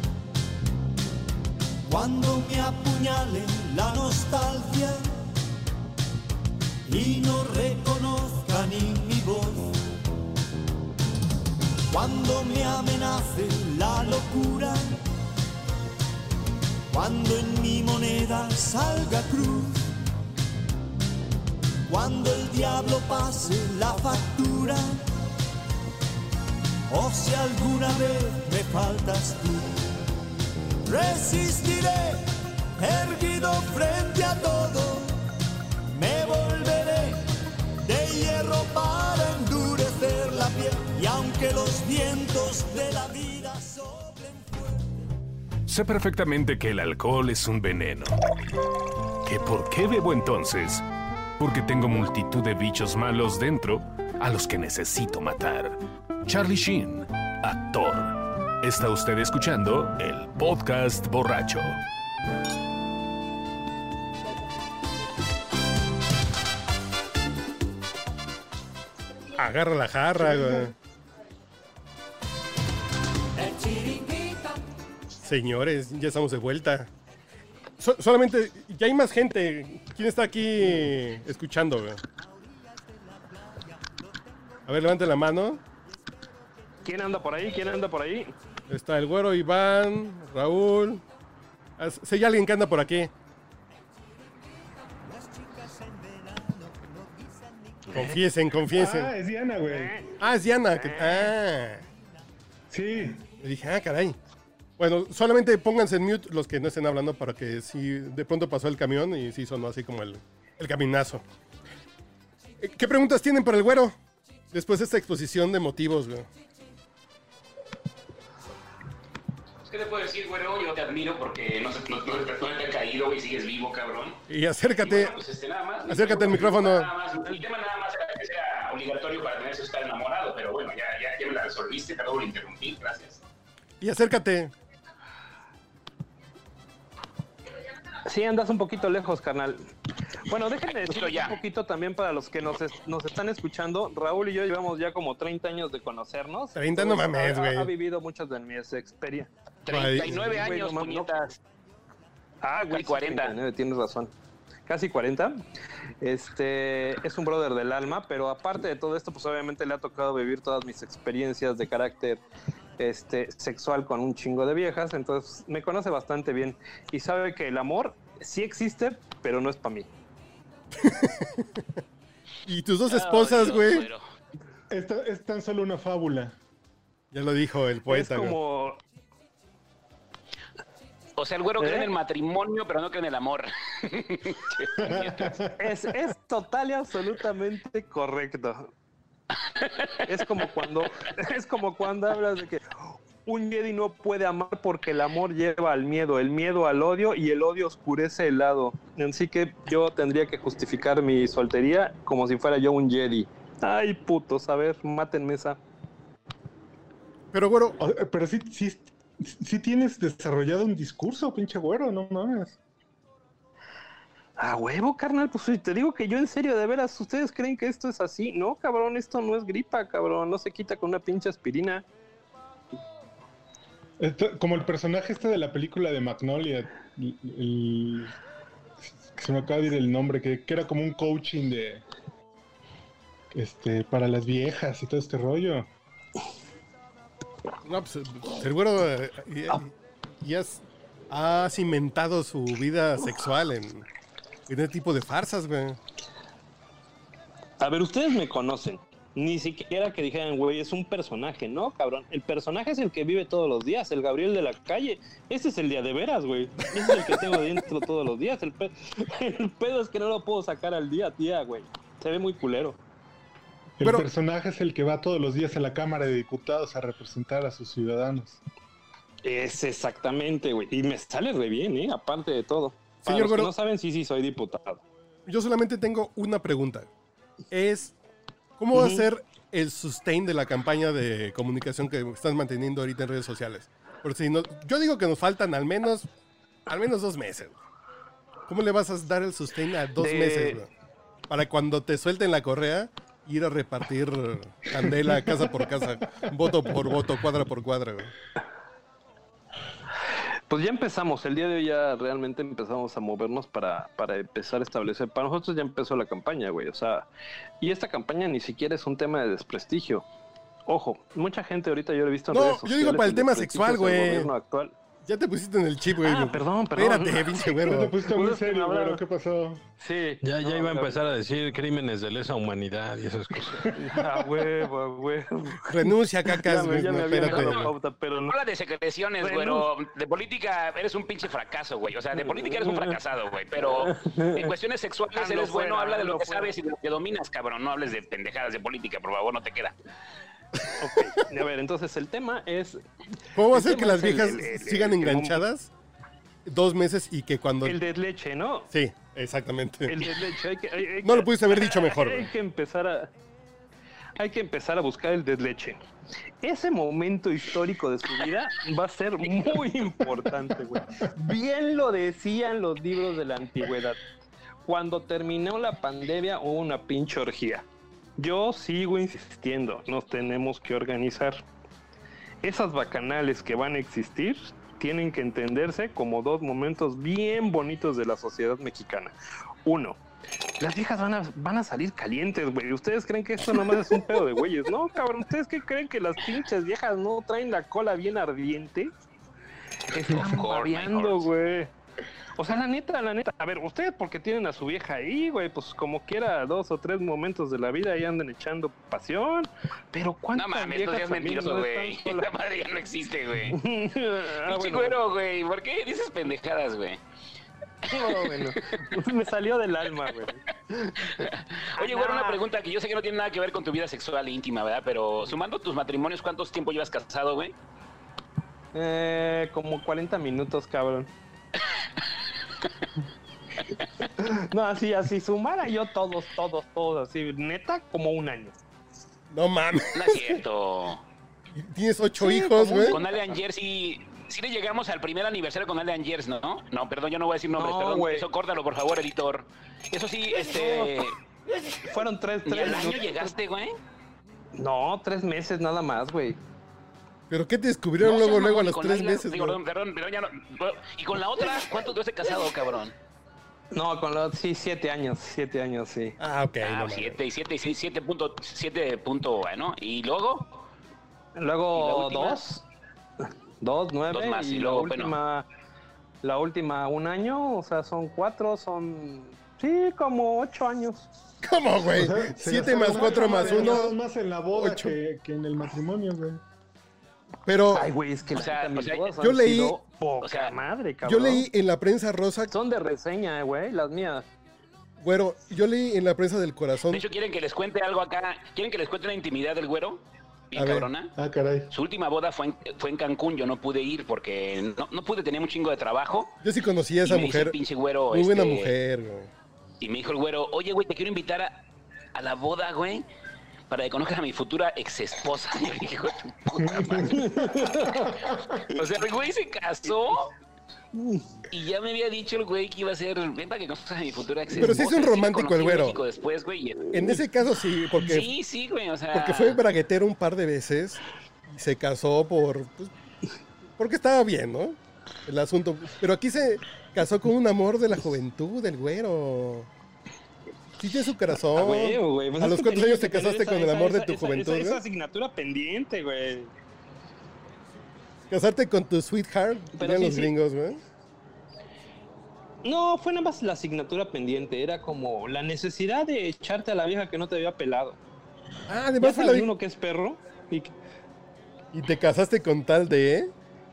Speaker 7: cuando me apuñale la nostalgia y no reconozca ni mi voz, cuando me amenace la locura, cuando en mi moneda salga cruz, cuando el diablo pase la factura, o si alguna vez me faltas tú, resistiré erguido frente a todo, me volveré de hierro para endurecer la piel. Y aunque los vientos de la vida soplen fuerte,
Speaker 6: sé perfectamente que el alcohol es un veneno. ¿Que por qué bebo entonces? Porque tengo multitud de bichos malos dentro a los que necesito matar. Charlie Sheen, actor. Está usted escuchando el podcast borracho.
Speaker 4: Agarra la jarra, güey. Señores, ya estamos de vuelta. Solamente, ya hay más gente. ¿Quién está aquí escuchando, güey? A ver, levante la mano.
Speaker 3: ¿Quién anda por ahí? ¿Quién anda por ahí?
Speaker 4: Está el güero Iván, Raúl. Si hay alguien que anda por aquí. Confiesen.
Speaker 2: Ah, es Diana, güey.
Speaker 4: Ah, es Diana.
Speaker 2: Sí.
Speaker 4: Le dije, caray. Bueno, solamente pónganse en mute los que no estén hablando para que si de pronto pasó el camión y sí sonó así como el caminazo. ¿Qué preguntas tienen para el güero? Después de esta exposición de motivos, güey.
Speaker 1: ¿Qué te puedo decir, güero? Yo te admiro porque no te he caído, güey, sigues vivo, cabrón.
Speaker 4: Y acércate.
Speaker 1: Y bueno, pues, nada más,
Speaker 4: acércate al micrófono.
Speaker 1: El tema nada más era que sea obligatorio para tener que estar enamorado, pero bueno, ya me la resolviste, perdón por interrumpir, gracias.
Speaker 4: Y acércate.
Speaker 3: Sí, andas un poquito lejos, carnal. Bueno, déjenme decir un poquito también para los que nos están escuchando. Raúl y yo llevamos ya como 30 años de conocernos.
Speaker 4: 30 no mames, güey.
Speaker 3: Ha vivido muchas de mis experiencias.
Speaker 1: 39 años, puñetas.
Speaker 3: Ah, güey, 40. 39, tienes razón. Casi 40. Es un brother del alma, pero aparte de todo esto, pues obviamente le ha tocado vivir todas mis experiencias de carácter sexual con un chingo de viejas, entonces me conoce bastante bien y sabe que el amor sí existe, pero no es para mí.
Speaker 4: Y tus dos esposas, güey.
Speaker 2: Es tan solo una fábula.
Speaker 4: Ya lo dijo el poeta.
Speaker 3: Es como...
Speaker 1: O sea, el güero cree en el matrimonio, pero no cree en el amor.
Speaker 3: es total y absolutamente correcto. Es como cuando hablas de que un Jedi no puede amar porque el amor lleva al miedo, el miedo al odio y el odio oscurece el lado. Así que yo tendría que justificar mi soltería como si fuera yo un Jedi. Ay, putos, a ver, mátenme esa.
Speaker 4: Pero güero,
Speaker 2: pero sí tienes desarrollado un discurso, pinche güero, no mames.
Speaker 3: A huevo, carnal, pues te digo que yo en serio, de veras, ¿ustedes creen que esto es así? No, cabrón, esto no es gripa, cabrón, no se quita con una pinche aspirina.
Speaker 2: Como el personaje de la película de Magnolia, que se me acaba de ir el nombre, que era como un coaching de para las viejas y todo este rollo.
Speaker 4: No, pues el güero ya ha cimentado su vida sexual en ese tipo de farsas, güey.
Speaker 3: A ver, ustedes me conocen. Ni siquiera que dijeran, güey, es un personaje. No, cabrón. El personaje es el que vive todos los días. El Gabriel de la calle. Ese es el día de veras, güey. Ese es el que tengo dentro todos los días. El pedo es que no lo puedo sacar al día a día, güey. Se ve muy culero.
Speaker 2: El personaje es el que va todos los días a la Cámara de Diputados a representar a sus ciudadanos.
Speaker 3: Es exactamente, güey. Y me sale re bien, aparte de todo. Para
Speaker 4: Señor
Speaker 3: los que
Speaker 4: güero,
Speaker 3: no saben, sí, soy diputado.
Speaker 4: Yo solamente tengo una pregunta. ¿Cómo va a ser el sustain de la campaña de comunicación que estás manteniendo ahorita en redes sociales? Porque si no, yo digo que nos faltan al menos 2 meses. ¿Cómo le vas a dar el sustain a 2 meses, bro? Para cuando te suelten la correa, ir a repartir candela casa por casa, voto por voto, cuadra por cuadra, güey.
Speaker 3: Pues ya empezamos, el día de hoy ya realmente empezamos a movernos para empezar a establecer, para nosotros ya empezó la campaña, güey, o sea, y esta campaña ni siquiera es un tema de desprestigio. Ojo, mucha gente ahorita yo lo he visto en redes sociales.
Speaker 4: No, yo digo para el tema sexual, güey.
Speaker 3: Gobierno actual.
Speaker 4: Ya te pusiste en el chip, güey.
Speaker 3: Perdón.
Speaker 4: Espérate, pinche güero.
Speaker 2: Te pusiste muy serio, güero, ¿qué pasó?
Speaker 3: Sí.
Speaker 5: Ya iba a empezar a decir crímenes de lesa humanidad y esas cosas.
Speaker 3: Huevo.
Speaker 4: Renuncia, cacas, güey.
Speaker 3: Ya me había dado la pauta, pero no.
Speaker 1: Habla de secreciones, güero. De política eres un pinche fracaso, güey. O sea, de política eres un fracasado, güey. Pero en cuestiones sexuales eres bueno. Habla de lo que sabes y de lo que dominas, cabrón. No hables de pendejadas de política, por favor, no te queda.
Speaker 3: Ok, a ver, entonces el tema es...
Speaker 4: ¿Cómo va a ser que las viejas sigan enganchadas 2 meses y que cuando...
Speaker 3: El desleche, ¿no?
Speaker 4: Sí, exactamente.
Speaker 3: El desleche.
Speaker 4: No lo pudiste haber dicho mejor,
Speaker 3: Hay
Speaker 4: güey.
Speaker 3: que empezar hay que empezar a buscar el desleche. Ese momento histórico de su vida va a ser muy importante, güey. Bien lo decían los libros de la antigüedad. Cuando terminó la pandemia hubo una pinche orgía. Yo sigo insistiendo, nos tenemos que organizar. Esas bacanales que van a existir tienen que entenderse como dos momentos bien bonitos de la sociedad mexicana. Uno, las viejas van a salir calientes, güey. ¿Ustedes creen que esto nomás es un pedo de güeyes? No, cabrón. ¿Ustedes qué creen que las pinches viejas no traen la cola bien ardiente? Están babeando, güey. O sea, la neta. A ver, ustedes porque tienen a su vieja ahí, güey, pues como quiera 2 o 3 momentos de la vida ahí andan echando pasión. Pero ¿cuántas
Speaker 1: No mames,
Speaker 3: viejas
Speaker 1: esto ya es
Speaker 3: también
Speaker 1: mentiroso,
Speaker 3: no
Speaker 1: güey.
Speaker 3: están solas?
Speaker 1: La madre ya no existe, güey.
Speaker 3: Ah,
Speaker 1: Pinche
Speaker 3: bueno,
Speaker 1: güero, güey. ¿Por qué dices pendejadas, güey?
Speaker 3: no, bueno. Me salió del alma, güey.
Speaker 1: Oye, güero, una pregunta que yo sé que no tiene nada que ver con tu vida sexual e íntima, ¿verdad? Pero sumando tus matrimonios, ¿cuántos tiempo llevas casado, güey?
Speaker 3: Como 40 minutos, cabrón. No, así, sumara yo todos, así, neta, como 1 año.
Speaker 4: No mames.
Speaker 1: No es cierto.
Speaker 4: Tienes 8
Speaker 3: Sí,
Speaker 4: hijos,
Speaker 3: como
Speaker 4: güey.
Speaker 1: Con Ale Angers sí le llegamos al primer aniversario con Ale Angers, ¿no? No, perdón, yo no voy a decir nombres,
Speaker 3: No,
Speaker 1: perdón.
Speaker 3: güey.
Speaker 1: Eso córtalo, por favor, editor. Eso sí,
Speaker 3: Fueron 3
Speaker 1: ¿Ni al año
Speaker 3: minutos.
Speaker 1: llegaste, güey?
Speaker 3: No, 3 meses nada más, güey.
Speaker 4: ¿Pero qué te descubrieron
Speaker 1: No seas
Speaker 4: luego a
Speaker 1: mamón,
Speaker 4: los
Speaker 1: con
Speaker 4: 3
Speaker 1: Laila-
Speaker 4: meses,
Speaker 1: digo,
Speaker 4: güey?
Speaker 1: perdón, ya no. ¿Y con la otra? ¿Cuánto duraste casado, cabrón?
Speaker 3: No, con los, sí, 7 años, sí.
Speaker 4: Ah, ok. no
Speaker 1: Ah,
Speaker 4: mames.
Speaker 1: 7 punto, bueno. ¿Y luego?
Speaker 3: Luego
Speaker 1: ¿Y la última?
Speaker 3: 2, 9,
Speaker 1: Dos más, y
Speaker 3: y
Speaker 1: luego,
Speaker 3: la última 1 año, o sea, son 4, sí, como 8 años.
Speaker 4: ¿Cómo, güey?
Speaker 2: Se
Speaker 4: 7 más
Speaker 2: gastaron
Speaker 4: 4 más
Speaker 2: más,
Speaker 4: 1.
Speaker 2: más en la boda
Speaker 4: 8.
Speaker 2: que en el matrimonio, güey.
Speaker 4: Pero
Speaker 3: Ay, güey, es que
Speaker 1: O sea,
Speaker 3: mis
Speaker 1: o sea,
Speaker 3: bodas
Speaker 4: yo
Speaker 3: han
Speaker 4: leí-
Speaker 3: sido poca
Speaker 1: o sea,
Speaker 3: madre,
Speaker 4: yo
Speaker 3: cabrón.
Speaker 4: leí en la prensa rosa,
Speaker 3: Son de reseña, güey, las mías.
Speaker 4: güero, yo leí en la prensa del corazón.
Speaker 1: De hecho, ¿quieren que les cuente algo acá? ¿Quieren que les cuente una intimidad del güero? Bien
Speaker 4: A ver.
Speaker 1: cabrona.
Speaker 2: Ah, caray.
Speaker 1: Su última boda fue en Cancún, yo no pude ir porque no pude, tenía un chingo de trabajo.
Speaker 4: Yo sí conocí a esa
Speaker 1: Y me dice el
Speaker 4: mujer.
Speaker 1: pinche güero,
Speaker 4: Muy buena mujer, güey.
Speaker 1: Y me dijo el güero, oye, güey, te quiero invitar a la boda, güey, para que conozcas a mi futura ex esposa. Y yo dije, hijo de tu puta madre. O sea, el güey se casó y ya me había dicho el güey que iba a ser, ven para que conozcas a mi futura ex esposa.
Speaker 4: Pero sí es un romántico el güero.
Speaker 1: Después, güey.
Speaker 4: En ese caso sí, porque,
Speaker 1: Sí, güey, o sea.
Speaker 4: porque fue braguetero un par de veces y se casó porque estaba bien, ¿no? El asunto. Pero aquí se casó con un amor de la juventud, el güero. Sí tiene su corazón.
Speaker 3: Ah, güey, pues
Speaker 4: ¿A
Speaker 3: es
Speaker 4: los
Speaker 3: que
Speaker 4: cuántos
Speaker 3: tenía
Speaker 4: años
Speaker 3: que
Speaker 4: te
Speaker 3: tener
Speaker 4: casaste con el amor de tu juventud,
Speaker 3: Esa
Speaker 4: güey?
Speaker 3: asignatura pendiente, güey.
Speaker 4: Casarte con tu sweetheart,
Speaker 3: Pero
Speaker 4: dirían
Speaker 3: sí,
Speaker 4: los
Speaker 3: sí.
Speaker 4: gringos, güey.
Speaker 3: No, fue nada más la asignatura pendiente. Era como la necesidad de echarte a la vieja que no te había pelado.
Speaker 4: Ah,
Speaker 3: Ya
Speaker 4: además fue la
Speaker 3: sabes uno que es perro.
Speaker 4: Y te casaste con tal de,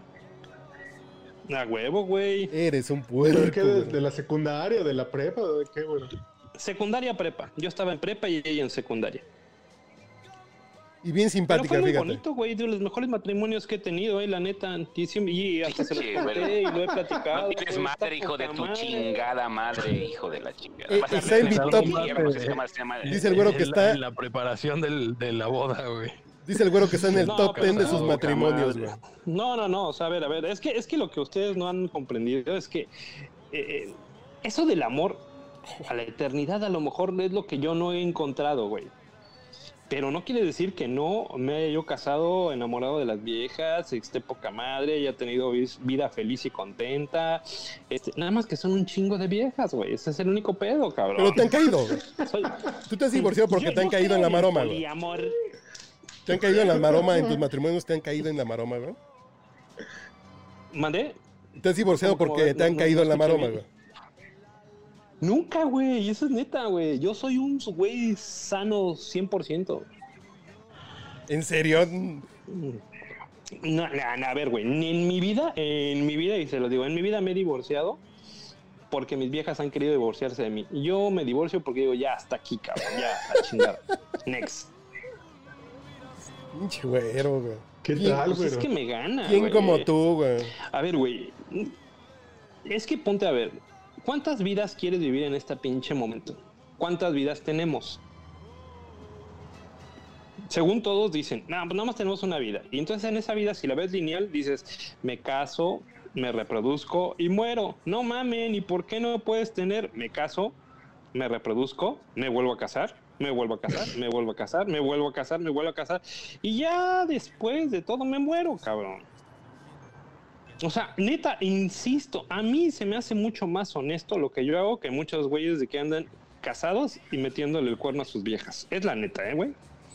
Speaker 3: A huevo, güey.
Speaker 4: Eres un
Speaker 2: ¿Pero de
Speaker 4: puerco.
Speaker 2: qué?
Speaker 4: güey.
Speaker 2: ¿De la secundaria, de la prepa? ¿De qué, güey?
Speaker 3: Secundaria prepa. Yo estaba en prepa y ella en secundaria.
Speaker 4: Y bien
Speaker 3: Pero
Speaker 4: simpática,
Speaker 3: fue muy
Speaker 4: fíjate.
Speaker 3: bonito, güey. De los mejores matrimonios que he tenido, la neta. Y hasta se los
Speaker 1: Sí,
Speaker 3: conté
Speaker 1: güey.
Speaker 3: y lo he platicado.
Speaker 1: No tienes
Speaker 3: güey,
Speaker 1: madre,
Speaker 3: está
Speaker 1: hijo de
Speaker 3: poca
Speaker 1: tu
Speaker 3: madre.
Speaker 1: chingada madre, hijo de la chingada.
Speaker 4: Eh,
Speaker 1: Vas a
Speaker 4: está en mi
Speaker 1: regresar
Speaker 4: top.
Speaker 1: al infierno, si es que más se llama-
Speaker 4: Dice el güero que está,
Speaker 5: En la preparación de la boda, güey.
Speaker 4: dice el güero que está en el
Speaker 3: No,
Speaker 4: top
Speaker 3: pero
Speaker 4: 10 de
Speaker 3: está
Speaker 4: sus
Speaker 3: poca
Speaker 4: matrimonios,
Speaker 3: madre.
Speaker 4: güey.
Speaker 3: No. O sea, a ver. Es que lo que ustedes no han comprendido es que eso del amor a la eternidad a lo mejor es lo que yo no he encontrado, güey. Pero no quiere decir que no me haya yo casado enamorado de las viejas, esté poca madre, haya tenido vida feliz y contenta. Nada más que son un chingo de viejas, güey. Ese es el único pedo, cabrón.
Speaker 4: Pero te han caído, güey.
Speaker 3: Soy-
Speaker 4: Tú te has divorciado porque
Speaker 3: Yo-
Speaker 4: te han
Speaker 3: yo
Speaker 4: caído
Speaker 3: creo
Speaker 4: en la
Speaker 3: el
Speaker 4: maroma, güey.
Speaker 3: poliamor.
Speaker 4: Te han caído en la maroma, en tus matrimonios te han caído en la maroma, güey.
Speaker 3: ¿Mandé?
Speaker 4: Te has divorciado
Speaker 3: ¿Cómo,
Speaker 4: porque
Speaker 3: cómo?
Speaker 4: te han
Speaker 3: No
Speaker 4: caído en la
Speaker 3: escuché
Speaker 4: maroma,
Speaker 3: bien.
Speaker 4: güey.
Speaker 3: Nunca, güey. Eso es neta, güey. Yo soy un güey sano 100%.
Speaker 4: ¿En serio?
Speaker 3: No, a ver, güey. En mi vida, y se lo digo, en mi vida me he divorciado porque mis viejas han querido divorciarse de mí. Yo me divorcio porque digo, ya, hasta aquí, cabrón. Ya, a chingada. Next.
Speaker 4: Pinche güero, güey.
Speaker 2: ¿Qué
Speaker 4: ¿Quién-
Speaker 2: tal,
Speaker 3: Pues
Speaker 2: güey?
Speaker 3: es que me gana,
Speaker 4: ¿Quién
Speaker 3: güey.
Speaker 4: como tú, güey?
Speaker 3: A ver, güey. Es que ponte a ver. ¿Cuántas vidas quieres vivir en este pinche momento? ¿Cuántas vidas tenemos? según todos dicen, no, pues nada más tenemos una vida. Y entonces en esa vida, si la ves lineal, dices, me caso, me reproduzco y muero. No mamen, ¿y por qué no puedes tener? Me caso, me reproduzco, me vuelvo a casar, me vuelvo a casar, me vuelvo a casar, me vuelvo a casar, me vuelvo a casar. Y ya después de todo me muero, cabrón. O sea, neta, insisto, a mí se me hace mucho más honesto lo que yo hago que muchos güeyes de que andan casados y metiéndole el cuerno a sus viejas. Es la neta, güey.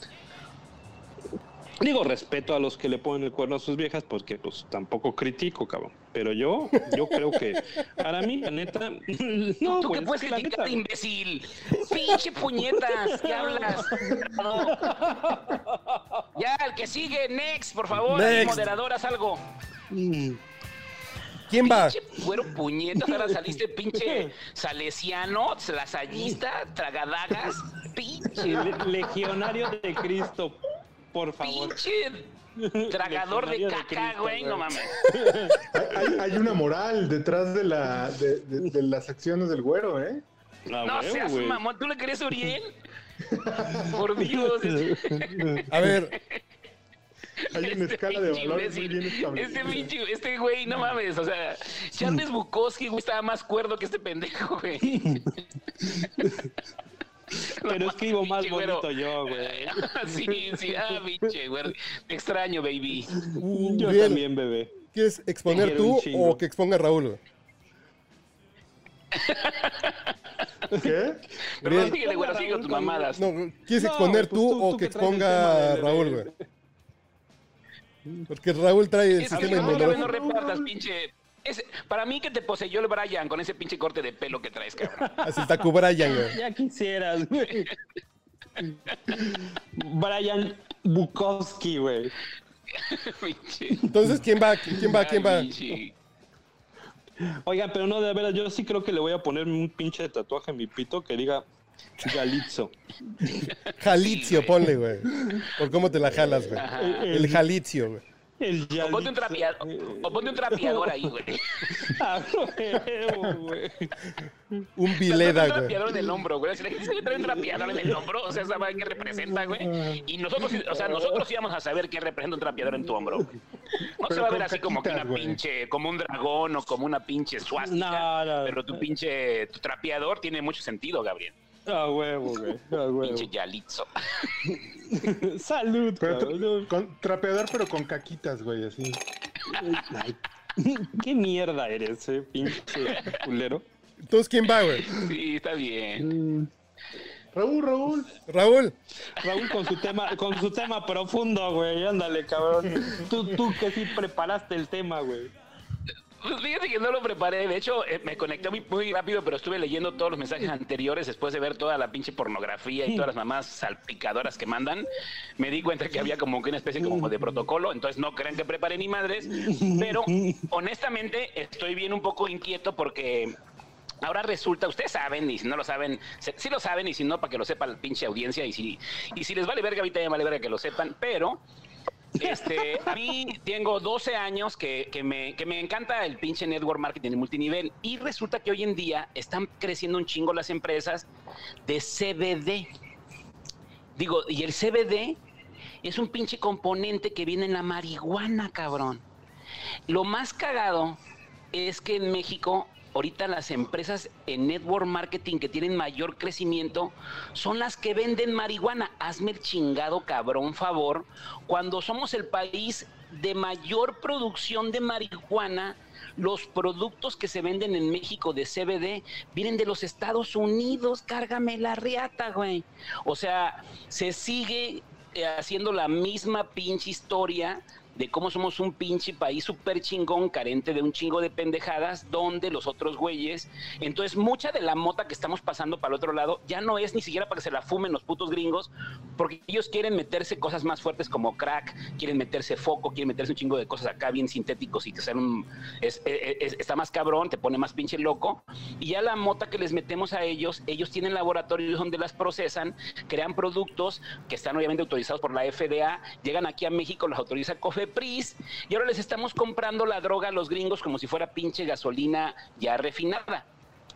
Speaker 3: Digo, respeto a los que le ponen el cuerno a sus viejas porque pues tampoco critico, cabrón. Pero yo creo que para mí, la neta... No,
Speaker 1: ¿Tú
Speaker 3: güey,
Speaker 1: qué puedes
Speaker 3: es que la
Speaker 1: criticar,
Speaker 3: neta...
Speaker 1: imbécil? ¡Pinche puñetas! ¿Qué hablas? No. Ya, el que sigue, next, por favor.
Speaker 4: Next.
Speaker 1: Moderador, haz algo.
Speaker 4: ¿Quién va?
Speaker 1: Pinche güero puñetas, ahora saliste pinche salesiano, lasallista, tragadagas, pinche,
Speaker 3: Legionario de Cristo, por favor.
Speaker 1: pinche tragador de
Speaker 3: Legionario de
Speaker 1: caca,
Speaker 3: Cristo,
Speaker 1: güey, no
Speaker 3: güey.
Speaker 1: mames.
Speaker 2: Hay una moral detrás de las acciones del güero, ¿eh?
Speaker 3: Ah,
Speaker 1: No
Speaker 3: huevo,
Speaker 1: seas
Speaker 3: güey.
Speaker 1: mamón, ¿tú le querías a Uriel? Por Dios.
Speaker 4: A ver,
Speaker 2: Hay una escala de
Speaker 1: pinche
Speaker 2: valores muy
Speaker 1: imbécil,
Speaker 2: bien establecida.
Speaker 1: este güey, no mames, o sea, Charles Bukowski, güey, estaba más cuerdo que este pendejo, güey.
Speaker 3: Pero escribo más
Speaker 1: Pinche güero.
Speaker 3: bonito yo, güey.
Speaker 1: Sí, pinche, güey. Te extraño, baby.
Speaker 3: Yo
Speaker 4: Uriel,
Speaker 3: también, bebé.
Speaker 4: ¿quieres exponer
Speaker 3: Te quiero
Speaker 4: tú
Speaker 3: un chingo.
Speaker 4: o que exponga Raúl? Güey?
Speaker 2: ¿Qué?
Speaker 1: Perdón,
Speaker 4: Uriel.
Speaker 1: síguele, güey, sigue tus mamadas.
Speaker 4: No, ¿quieres
Speaker 3: No,
Speaker 4: exponer
Speaker 3: pues
Speaker 4: tú
Speaker 3: tú
Speaker 4: o
Speaker 3: que
Speaker 4: que
Speaker 3: traes el
Speaker 4: exponga
Speaker 3: tema de-
Speaker 4: Raúl, güey? Porque Raúl trae el
Speaker 1: Es que
Speaker 4: sistema
Speaker 1: no, no
Speaker 4: inmunológico.
Speaker 1: repartas, pinche. Para mí que te poseyó el Brian con ese pinche corte de pelo que traes, cabrón.
Speaker 4: Así está Brian, güey.
Speaker 3: Ya quisieras, güey. Brian Bukowski, güey.
Speaker 1: Pinche.
Speaker 4: Entonces, ¿quién va? ¿Quién va? ¿Quién va?
Speaker 1: Ay, pinche.
Speaker 3: Oigan, pero no, de veras, yo sí creo que le voy a poner un pinche tatuaje en mi pito que diga Galitzo.
Speaker 4: Jalitzio,
Speaker 1: Sí, güey.
Speaker 4: ponle, güey. Por cómo te la jalas, güey.
Speaker 1: Ajá.
Speaker 4: El Jalitzio, güey.
Speaker 3: El
Speaker 1: O ponte un trapeador ahí, güey.
Speaker 3: Ah, huevo, güey.
Speaker 4: Un Vileda,
Speaker 1: Un
Speaker 4: güey.
Speaker 1: trapeador en el hombro, güey. Si la gente trae un trapeador en el hombro, o sea, ¿sabe qué representa, güey? Y nosotros, o sea, nosotros íbamos a saber qué representa un trapeador en tu hombro, güey. No se
Speaker 2: Pero
Speaker 1: va a ver
Speaker 2: con
Speaker 1: así como que una
Speaker 2: caquitas, güey.
Speaker 1: pinche, como un dragón o como una pinche suástica.
Speaker 3: No.
Speaker 1: Pero tu trapeador tiene mucho sentido, Gabriel.
Speaker 3: A huevo, güey. A huevo.
Speaker 1: Pinche Yalitzo.
Speaker 3: Salud,
Speaker 2: Pero
Speaker 3: cabrón.
Speaker 2: con trapeador, pero con caquitas, güey, así.
Speaker 3: Ay, ¿qué mierda eres, pinche culero?
Speaker 4: Entonces, ¿quién va, güey?
Speaker 1: Sí, está bien.
Speaker 2: Raúl.
Speaker 4: Raúl.
Speaker 3: Raúl con su tema profundo, güey. Ándale, cabrón. Tú que sí preparaste el tema, güey.
Speaker 1: Pues fíjate que no lo preparé. De hecho, me conecté muy rápido, pero estuve leyendo todos los mensajes anteriores después de ver toda la pinche pornografía y todas las mamás salpicadoras que mandan. Me di cuenta que había como que una especie como de protocolo, entonces no crean que preparé ni madres. Pero honestamente estoy bien un poco inquieto porque ahora resulta, ustedes saben, y si no lo saben, sí lo saben, y si no, para que lo sepa la pinche audiencia, y si les vale verga, ahorita ya me vale verga que lo sepan, pero a mí tengo 12 años que me encanta el pinche network marketing y multinivel, y resulta que hoy en día están creciendo un chingo las empresas de CBD. Digo, y el CBD es un pinche componente que viene en la marihuana, cabrón. Lo más cagado es que en México ahorita las empresas en network marketing que tienen mayor crecimiento son las que venden marihuana. Hazme el chingado cabrón favor, cuando somos el país de mayor producción de marihuana, los productos que se venden en México de CBD vienen de los Estados Unidos. Cárgame la riata, güey. O sea, se sigue haciendo la misma pinche historia de cómo somos un pinche país súper chingón, carente de un chingo de pendejadas, donde los otros güeyes... Entonces, mucha de la mota que estamos pasando para el otro lado ya no es ni siquiera para que se la fumen los putos gringos, porque ellos quieren meterse cosas más fuertes como crack, quieren meterse foco, quieren meterse un chingo de cosas acá bien sintéticos y que sean está más cabrón, te pone más pinche loco. Y ya la mota que les metemos a ellos tienen laboratorios donde las procesan, crean productos que están obviamente autorizados por la FDA, llegan aquí a México, los autoriza COFEPRIS, y ahora les estamos comprando la droga a los gringos como si fuera pinche gasolina ya refinada.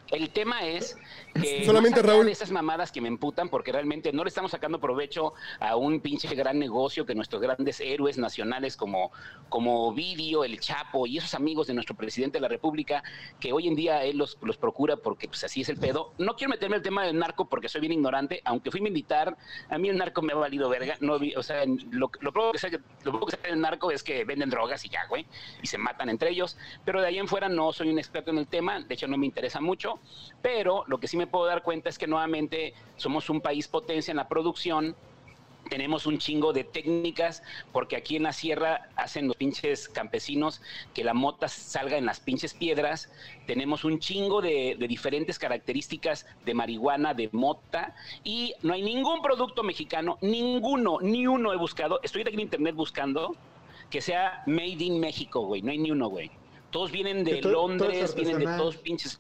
Speaker 1: El tema es que
Speaker 4: Solamente,
Speaker 1: más allá
Speaker 4: Raúl.
Speaker 1: de esas mamadas que me emputan, porque realmente no le estamos sacando provecho a un pinche gran negocio que nuestros grandes héroes nacionales como Ovidio, el Chapo y esos amigos de nuestro presidente de la República, que hoy en día él los procura porque pues así es el pedo. No quiero meterme en el tema del narco porque soy bien ignorante, aunque fui militar, a mí el narco me ha valido verga. No vi, o sea, lo poco que sé del narco es que venden drogas y ya, güey, y se matan entre ellos, pero de ahí en fuera no soy un experto en el tema, de hecho no me interesa mucho. Pero lo que sí me puedo dar cuenta es que nuevamente somos un país potencia en la producción, tenemos un chingo de técnicas, porque aquí en la sierra hacen los pinches campesinos que la mota salga en las pinches piedras, tenemos un chingo de diferentes características de marihuana, de mota, y no hay ningún producto mexicano, ninguno, ni uno he buscado, estoy aquí en internet buscando, que sea made in México, güey, no hay ni uno, güey. Todos vienen de Londres, vienen de todos pinches...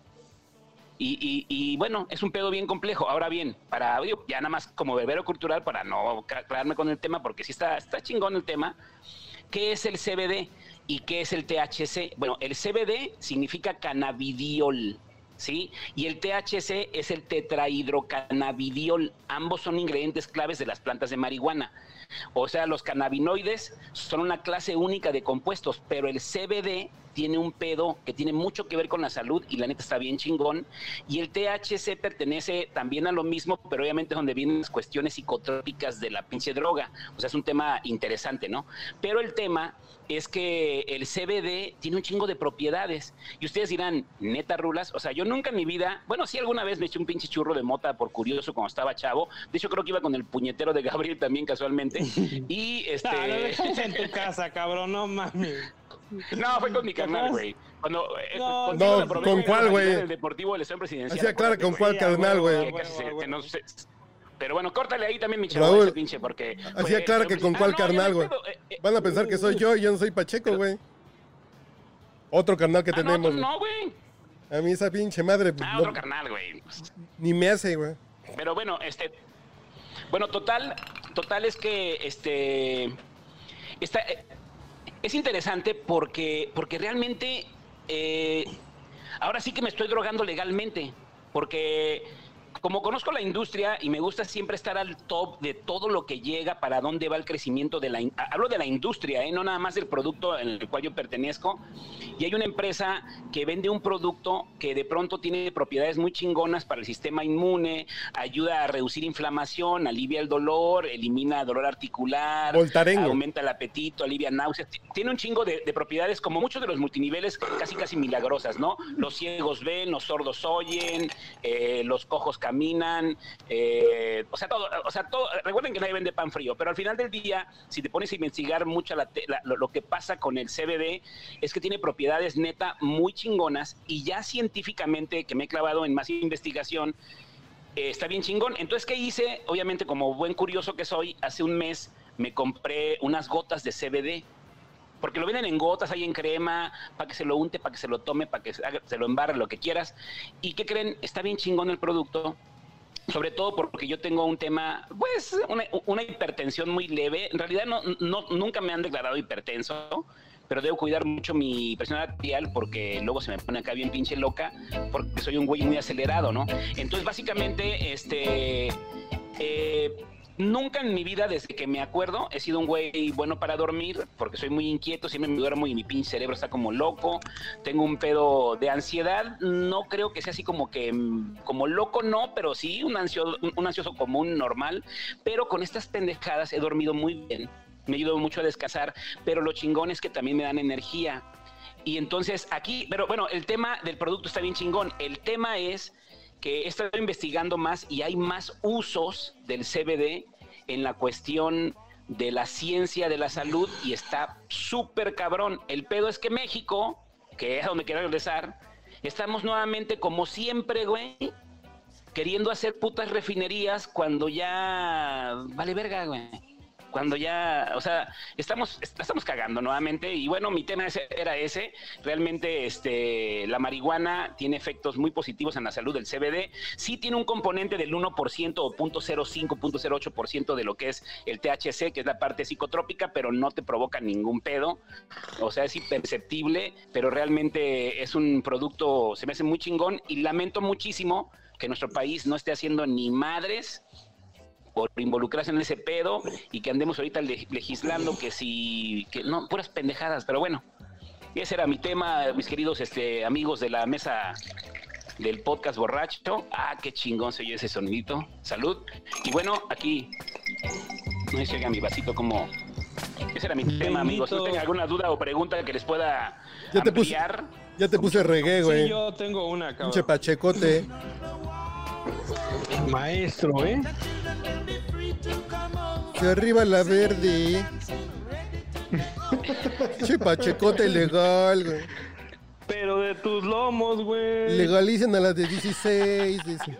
Speaker 1: Y bueno, es un pedo bien complejo. Ahora bien, ya nada más como verbero cultural, para no aclararme con el tema, porque sí está chingón el tema, ¿qué es el CBD y qué es el THC? Bueno, el CBD significa cannabidiol, ¿sí? Y el THC es el tetrahidrocannabidiol. Ambos son ingredientes claves de las plantas de marihuana. O sea, los cannabinoides son una clase única de compuestos, pero el CBD tiene un pedo que tiene mucho que ver con la salud y la neta está bien chingón. Y el THC pertenece también a lo mismo, pero obviamente es donde vienen las cuestiones psicotrópicas de la pinche droga. O sea, es un tema interesante, ¿no? Pero el tema es que el CBD tiene un chingo de propiedades. Y ustedes dirán, neta, Rulas, o sea, yo nunca en mi vida, bueno, sí alguna vez me eché un pinche churro de mota por curioso cuando estaba chavo. De hecho, creo que iba con el puñetero de Gabriel también casualmente. Y
Speaker 3: lo dejamos en tu casa, cabrón, no mames.
Speaker 1: No, fue con mi carnal, güey.
Speaker 4: ¿con cuál, güey?
Speaker 1: El Deportivo del Estadio Presidencial.
Speaker 4: Así aclara con cuál carnal, güey.
Speaker 1: Pero bueno, córtale ahí también mi
Speaker 4: Raúl,
Speaker 1: ese pinche, porque...
Speaker 4: Así aclara que con cuál carnal, güey. Van a pensar que soy yo y yo no soy Pacheco, güey. Otro carnal que tenemos.
Speaker 1: No, güey.
Speaker 4: A mí esa pinche madre...
Speaker 1: otro carnal, güey.
Speaker 4: Ni me hace, güey.
Speaker 1: Pero bueno, bueno, total es que es interesante porque realmente ahora sí que me estoy drogando legalmente, porque como conozco la industria y me gusta siempre estar al top de todo lo que llega, para dónde va el crecimiento hablo de la industria, no nada más del producto en el cual yo pertenezco. Y hay una empresa que vende un producto que de pronto tiene propiedades muy chingonas para el sistema inmune, ayuda a reducir inflamación, alivia el dolor, elimina dolor articular,
Speaker 4: Voltarengo.
Speaker 1: aumenta el apetito, alivia náuseas. Tiene un chingo de propiedades, como muchos de los multiniveles, casi milagrosas, ¿no? Los ciegos ven, los sordos oyen, los cojos caminan, todo. Recuerden que nadie vende pan frío, pero al final del día, si te pones a investigar mucho lo que pasa con el CBD, es que tiene propiedades neta muy chingonas, y ya científicamente, que me he clavado en más investigación, está bien chingón. Entonces, ¿qué hice? Obviamente, como buen curioso que soy, hace un mes me compré unas gotas de CBD, porque lo venden en gotas, hay en crema, para que se lo unte, para que se lo tome, para que se lo embarre, lo que quieras. ¿Y qué creen? Está bien chingón el producto, sobre todo porque yo tengo un tema, pues, una hipertensión muy leve. En realidad nunca me han declarado hipertenso, pero debo cuidar mucho mi presión arterial, porque luego se me pone acá bien pinche loca, porque soy un güey muy acelerado, ¿no? Entonces, básicamente, nunca en mi vida, desde que me acuerdo, he sido un güey bueno para dormir, porque soy muy inquieto, siempre me duermo y mi pinche cerebro está como loco. Tengo un pedo de ansiedad, no creo que sea así como loco, no, pero sí un ansioso común, normal. Pero con estas pendejadas he dormido muy bien, me ayudó mucho a descansar, pero lo chingón es que también me dan energía. Y entonces pero bueno, el tema del producto está bien chingón. El tema es que he estado investigando más y hay más usos del CBD en la cuestión de la ciencia de la salud, y está súper cabrón. El pedo es que México, que es a donde quiero regresar, estamos nuevamente como siempre, güey, queriendo hacer putas refinerías cuando ya vale verga, güey. cuando ya, o sea, estamos cagando nuevamente. Y bueno, mi tema era ese. Realmente la marihuana tiene efectos muy positivos en la salud del CBD. Sí tiene un componente del 1% o 0.05, 0.08% de lo que es el THC, que es la parte psicotrópica, pero no te provoca ningún pedo. O sea, es imperceptible, pero realmente es un producto, se me hace muy chingón, y lamento muchísimo que nuestro país no esté haciendo ni madres por involucrarse en ese pedo y que andemos ahorita legislando que no, puras pendejadas, pero bueno, ese era mi tema, mis queridos amigos de la mesa del podcast borracho. Qué chingón se oye ese sonidito. Salud. Y bueno, aquí no sé si oiga mi vasito como... Ese era mi tema, amigos. ¿No tienen alguna duda o pregunta que les pueda ampliar?
Speaker 4: Ya te puse reggae, güey.
Speaker 3: Sí, yo tengo una, cabrón.
Speaker 4: Pinche pachecote.
Speaker 5: Maestro, ¿eh?
Speaker 4: Que arriba la verde. Pinche pachecote legal, güey.
Speaker 3: Pero de tus lomos, güey.
Speaker 4: Legalicen a las de 16, dice.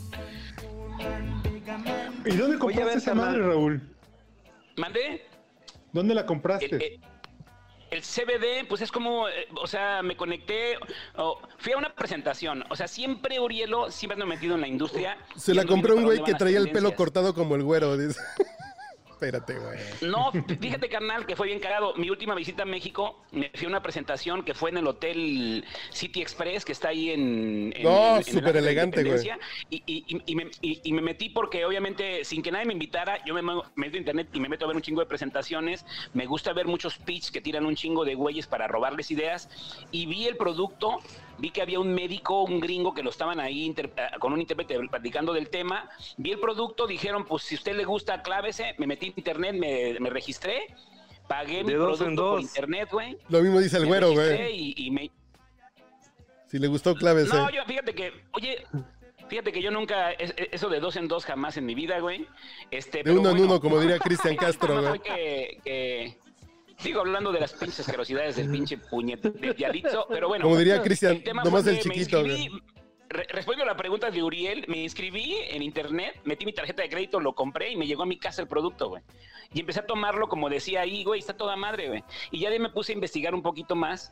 Speaker 2: ¿Y dónde compraste esa madre, Raúl?
Speaker 1: ¿Mandé?
Speaker 2: ¿Dónde la compraste?
Speaker 1: El CBD, pues es como, o sea, me conecté, fui a una presentación, o sea, siempre Urielo, siempre ando metido en la industria.
Speaker 4: Se la compró un güey que traía el pelo cortado como el güero, dice. Espérate, güey.
Speaker 1: No, fíjate, carnal, que fue bien cagado. Mi última visita a México, me fui a una presentación que fue en el Hotel City Express, que está ahí en
Speaker 4: súper elegante, güey.
Speaker 1: Y me metí porque, obviamente, sin que nadie me invitara, yo me meto a internet y me meto a ver un chingo de presentaciones. Me gusta ver muchos pitch que tiran un chingo de güeyes para robarles ideas. Y vi el producto, vi que había un médico, un gringo, que lo estaban ahí con un intérprete platicando del tema. Vi el producto, dijeron, pues si a usted le gusta, clávese. Me metí en internet, me registré, pagué mi producto por internet, güey.
Speaker 4: Lo mismo dice el güero, güey. Si le gustó, clávese.
Speaker 1: No, fíjate que yo nunca, eso de 2 en 2 jamás en mi vida, güey.
Speaker 4: De uno en uno, como diría Cristian Castro, güey.
Speaker 1: Sigo hablando de las pinches asquerosidades del pinche puñete de Yalitzo, pero bueno.
Speaker 4: Como diría Cristian, nomás el chiquito, güey.
Speaker 1: Respondiendo a la pregunta de Uriel, me inscribí en internet, metí mi tarjeta de crédito, lo compré y me llegó a mi casa el producto, güey. Y empecé a tomarlo, como decía ahí, güey, está toda madre, güey. Y ya de ahí me puse a investigar un poquito más,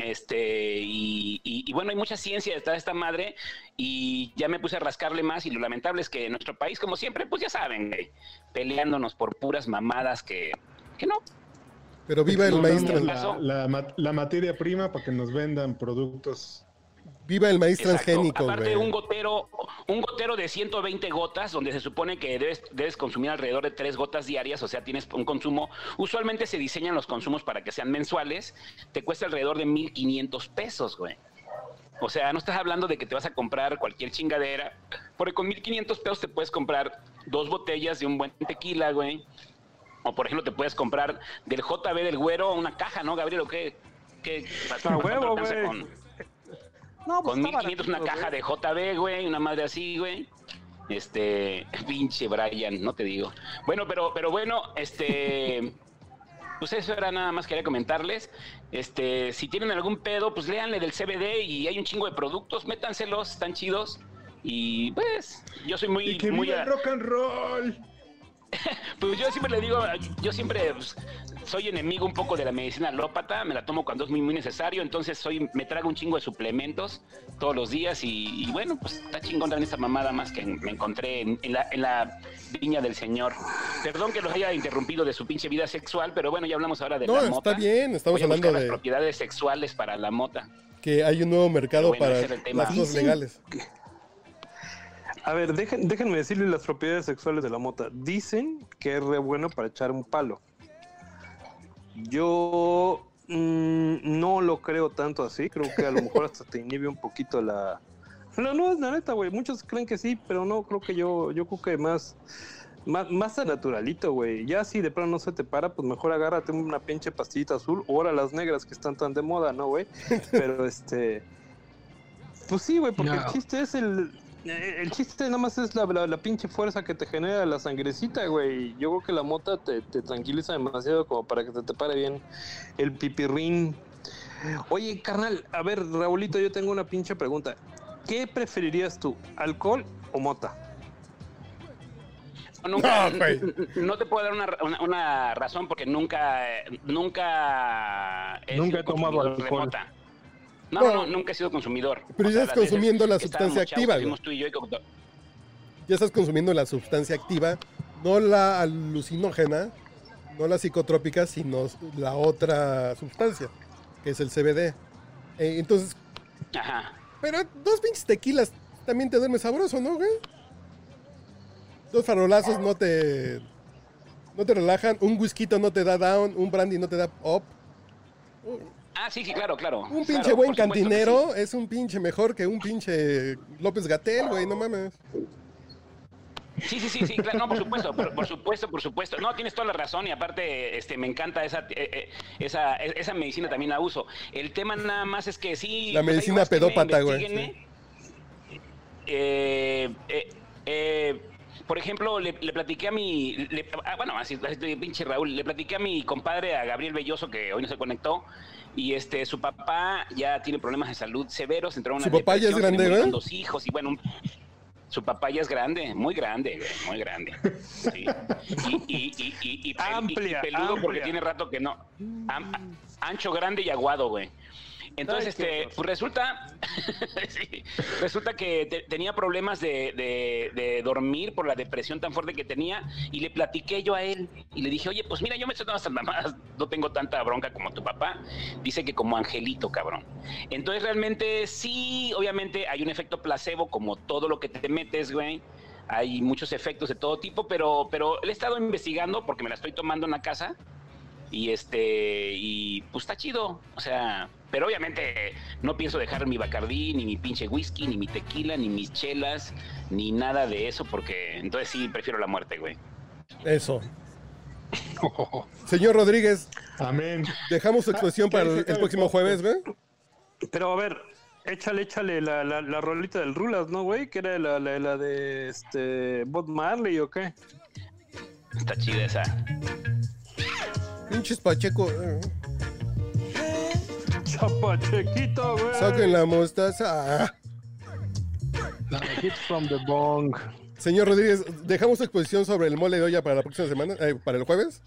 Speaker 1: y bueno, hay mucha ciencia detrás de esta madre, y ya me puse a rascarle más, y lo lamentable es que en nuestro país, como siempre, pues ya saben, güey, peleándonos por puras mamadas que no.
Speaker 4: Pero viva el maíz
Speaker 2: la materia prima para que nos vendan productos.
Speaker 4: Viva el maíz transgénico, güey.
Speaker 1: Aparte, un gotero de 120 gotas, donde se supone que debes consumir alrededor de 3 gotas diarias, o sea, tienes un consumo, usualmente se diseñan los consumos para que sean mensuales, te cuesta alrededor de 1,500 pesos, güey. O sea, no estás hablando de que te vas a comprar cualquier chingadera, porque con 1,500 pesos te puedes comprar 2 botellas de un buen tequila, güey. O, por ejemplo, te puedes comprar del JB del güero una caja, ¿no, Gabriel? ¿O qué?
Speaker 3: Huevo, güey.
Speaker 1: No, pues con 1,500 una caja de JB, güey, una madre así, güey. Pinche Brian, no te digo. Bueno, pero bueno, pues eso era nada más que quería comentarles. Si tienen algún pedo, pues léanle del CBD y hay un chingo de productos, métanselos, están chidos. Y pues, yo soy muy...
Speaker 2: ¡Y que viva el rock and roll!
Speaker 1: Pues yo siempre le digo, pues, soy enemigo un poco de la medicina alópata, me la tomo cuando es muy, muy necesario, entonces me trago un chingo de suplementos todos los días y bueno, pues está chingón también esta mamada más que me encontré en la viña del Señor. Perdón que los haya interrumpido de su pinche vida sexual, pero bueno, ya hablamos ahora de la mota.
Speaker 4: No, está bien, estamos hablando de
Speaker 1: las propiedades sexuales para la mota.
Speaker 4: Que hay un nuevo mercado para las cosas legales.
Speaker 3: A ver, déjenme decirles las propiedades sexuales de la mota. Dicen que es re bueno para echar un palo. Yo no lo creo tanto así. Creo que a lo mejor hasta te inhibe un poquito la... No, la neta, güey. Muchos creen que sí, pero no, creo que yo creo que más a naturalito, güey. Ya si de pronto no se te para, pues mejor agárrate una pinche pastillita azul. O ahora las negras que están tan de moda, ¿no, güey? Pero pues sí, güey, porque el chiste es el chiste nada más es la pinche fuerza que te genera la sangrecita, güey. Yo creo que la mota te tranquiliza demasiado como para que te pare bien el pipirrín. Oye, carnal, a ver, Raulito, yo tengo una pinche pregunta. ¿Qué preferirías tú, alcohol o mota?
Speaker 1: nunca,
Speaker 4: No, güey.
Speaker 1: no te puedo dar una razón porque nunca
Speaker 5: Nunca he
Speaker 1: sido
Speaker 5: tomado
Speaker 1: consumidor
Speaker 5: alcohol.
Speaker 1: remota. No,
Speaker 4: No.
Speaker 1: no, nunca he sido consumidor.
Speaker 4: Pero
Speaker 1: O
Speaker 4: ya
Speaker 1: sea,
Speaker 4: estás
Speaker 1: las veces
Speaker 4: consumiendo la
Speaker 1: que estábamos
Speaker 4: sustancia
Speaker 1: chavos,
Speaker 4: activa, güey.
Speaker 1: fuimos tú y yo y
Speaker 4: Ya estás consumiendo la sustancia activa, no la alucinógena, no la psicotrópica, sino la otra sustancia, que es el CBD. Entonces,
Speaker 1: Ajá.
Speaker 4: pero 2 pinches tequilas también te duermes sabroso, ¿no, güey? 2 farolazos no te relajan, un whisky no te da down, un brandy no te da up.
Speaker 1: Ah, sí, claro.
Speaker 4: Un pinche
Speaker 1: Claro,
Speaker 4: buen
Speaker 1: por supuesto que
Speaker 4: cantinero es un pinche mejor que un pinche López Gatell, güey, no mames.
Speaker 1: Sí, claro, no, por supuesto. No, tienes toda la razón y aparte me encanta esa medicina también la uso. El tema nada más es que sí...
Speaker 4: La
Speaker 1: pues, ahí
Speaker 4: medicina
Speaker 1: búsquenme,
Speaker 4: pedópata, güey,
Speaker 1: investíguenme. Por ejemplo, le platiqué a así pinche Raúl, le platiqué a mi compadre, a Gabriel Belloso, que hoy no se conectó, y su papá ya tiene problemas de salud severos, entró en una
Speaker 4: ¿Su papá ya es
Speaker 1: depresión,
Speaker 4: grande,
Speaker 1: tiene
Speaker 4: güey?
Speaker 1: 2 hijos, y bueno, su papá ya es grande, muy grande, güey, muy grande. Sí. Y
Speaker 3: Amplia,
Speaker 1: peludo
Speaker 3: amplia.
Speaker 1: porque tiene rato que no. Ancho, grande y aguado, güey. Entonces, pues resulta, sí, resulta que tenía problemas de dormir por la depresión tan fuerte que tenía y le platiqué yo a él y le dije, oye, pues mira, yo me estoy dando estas mamadas, no tengo tanta bronca como tu papá. Dice que como angelito, cabrón. Entonces realmente sí, obviamente hay un efecto placebo como todo lo que te metes, güey. Hay muchos efectos de todo tipo, pero le he estado investigando porque me la estoy tomando en la casa y pues está chido, o sea, pero obviamente no pienso dejar mi Bacardí, ni mi pinche whisky, ni mi tequila, ni mis chelas, ni nada de eso, porque entonces sí prefiero la muerte, güey.
Speaker 4: Eso. Señor Rodríguez,
Speaker 2: Amén.
Speaker 4: dejamos su exposición para el próximo jueves, güey.
Speaker 3: Pero a ver, échale la rolita del Rulas, ¿no, güey? Que era la de Bob Marley o qué.
Speaker 1: Está chida esa.
Speaker 4: Pinches Pacheco.
Speaker 3: Chapachequito, güey.
Speaker 4: Saquen la mostaza.
Speaker 5: La hit from the bong.
Speaker 4: Señor Rodríguez, dejamos su exposición sobre el mole de olla para la próxima semana, para el jueves.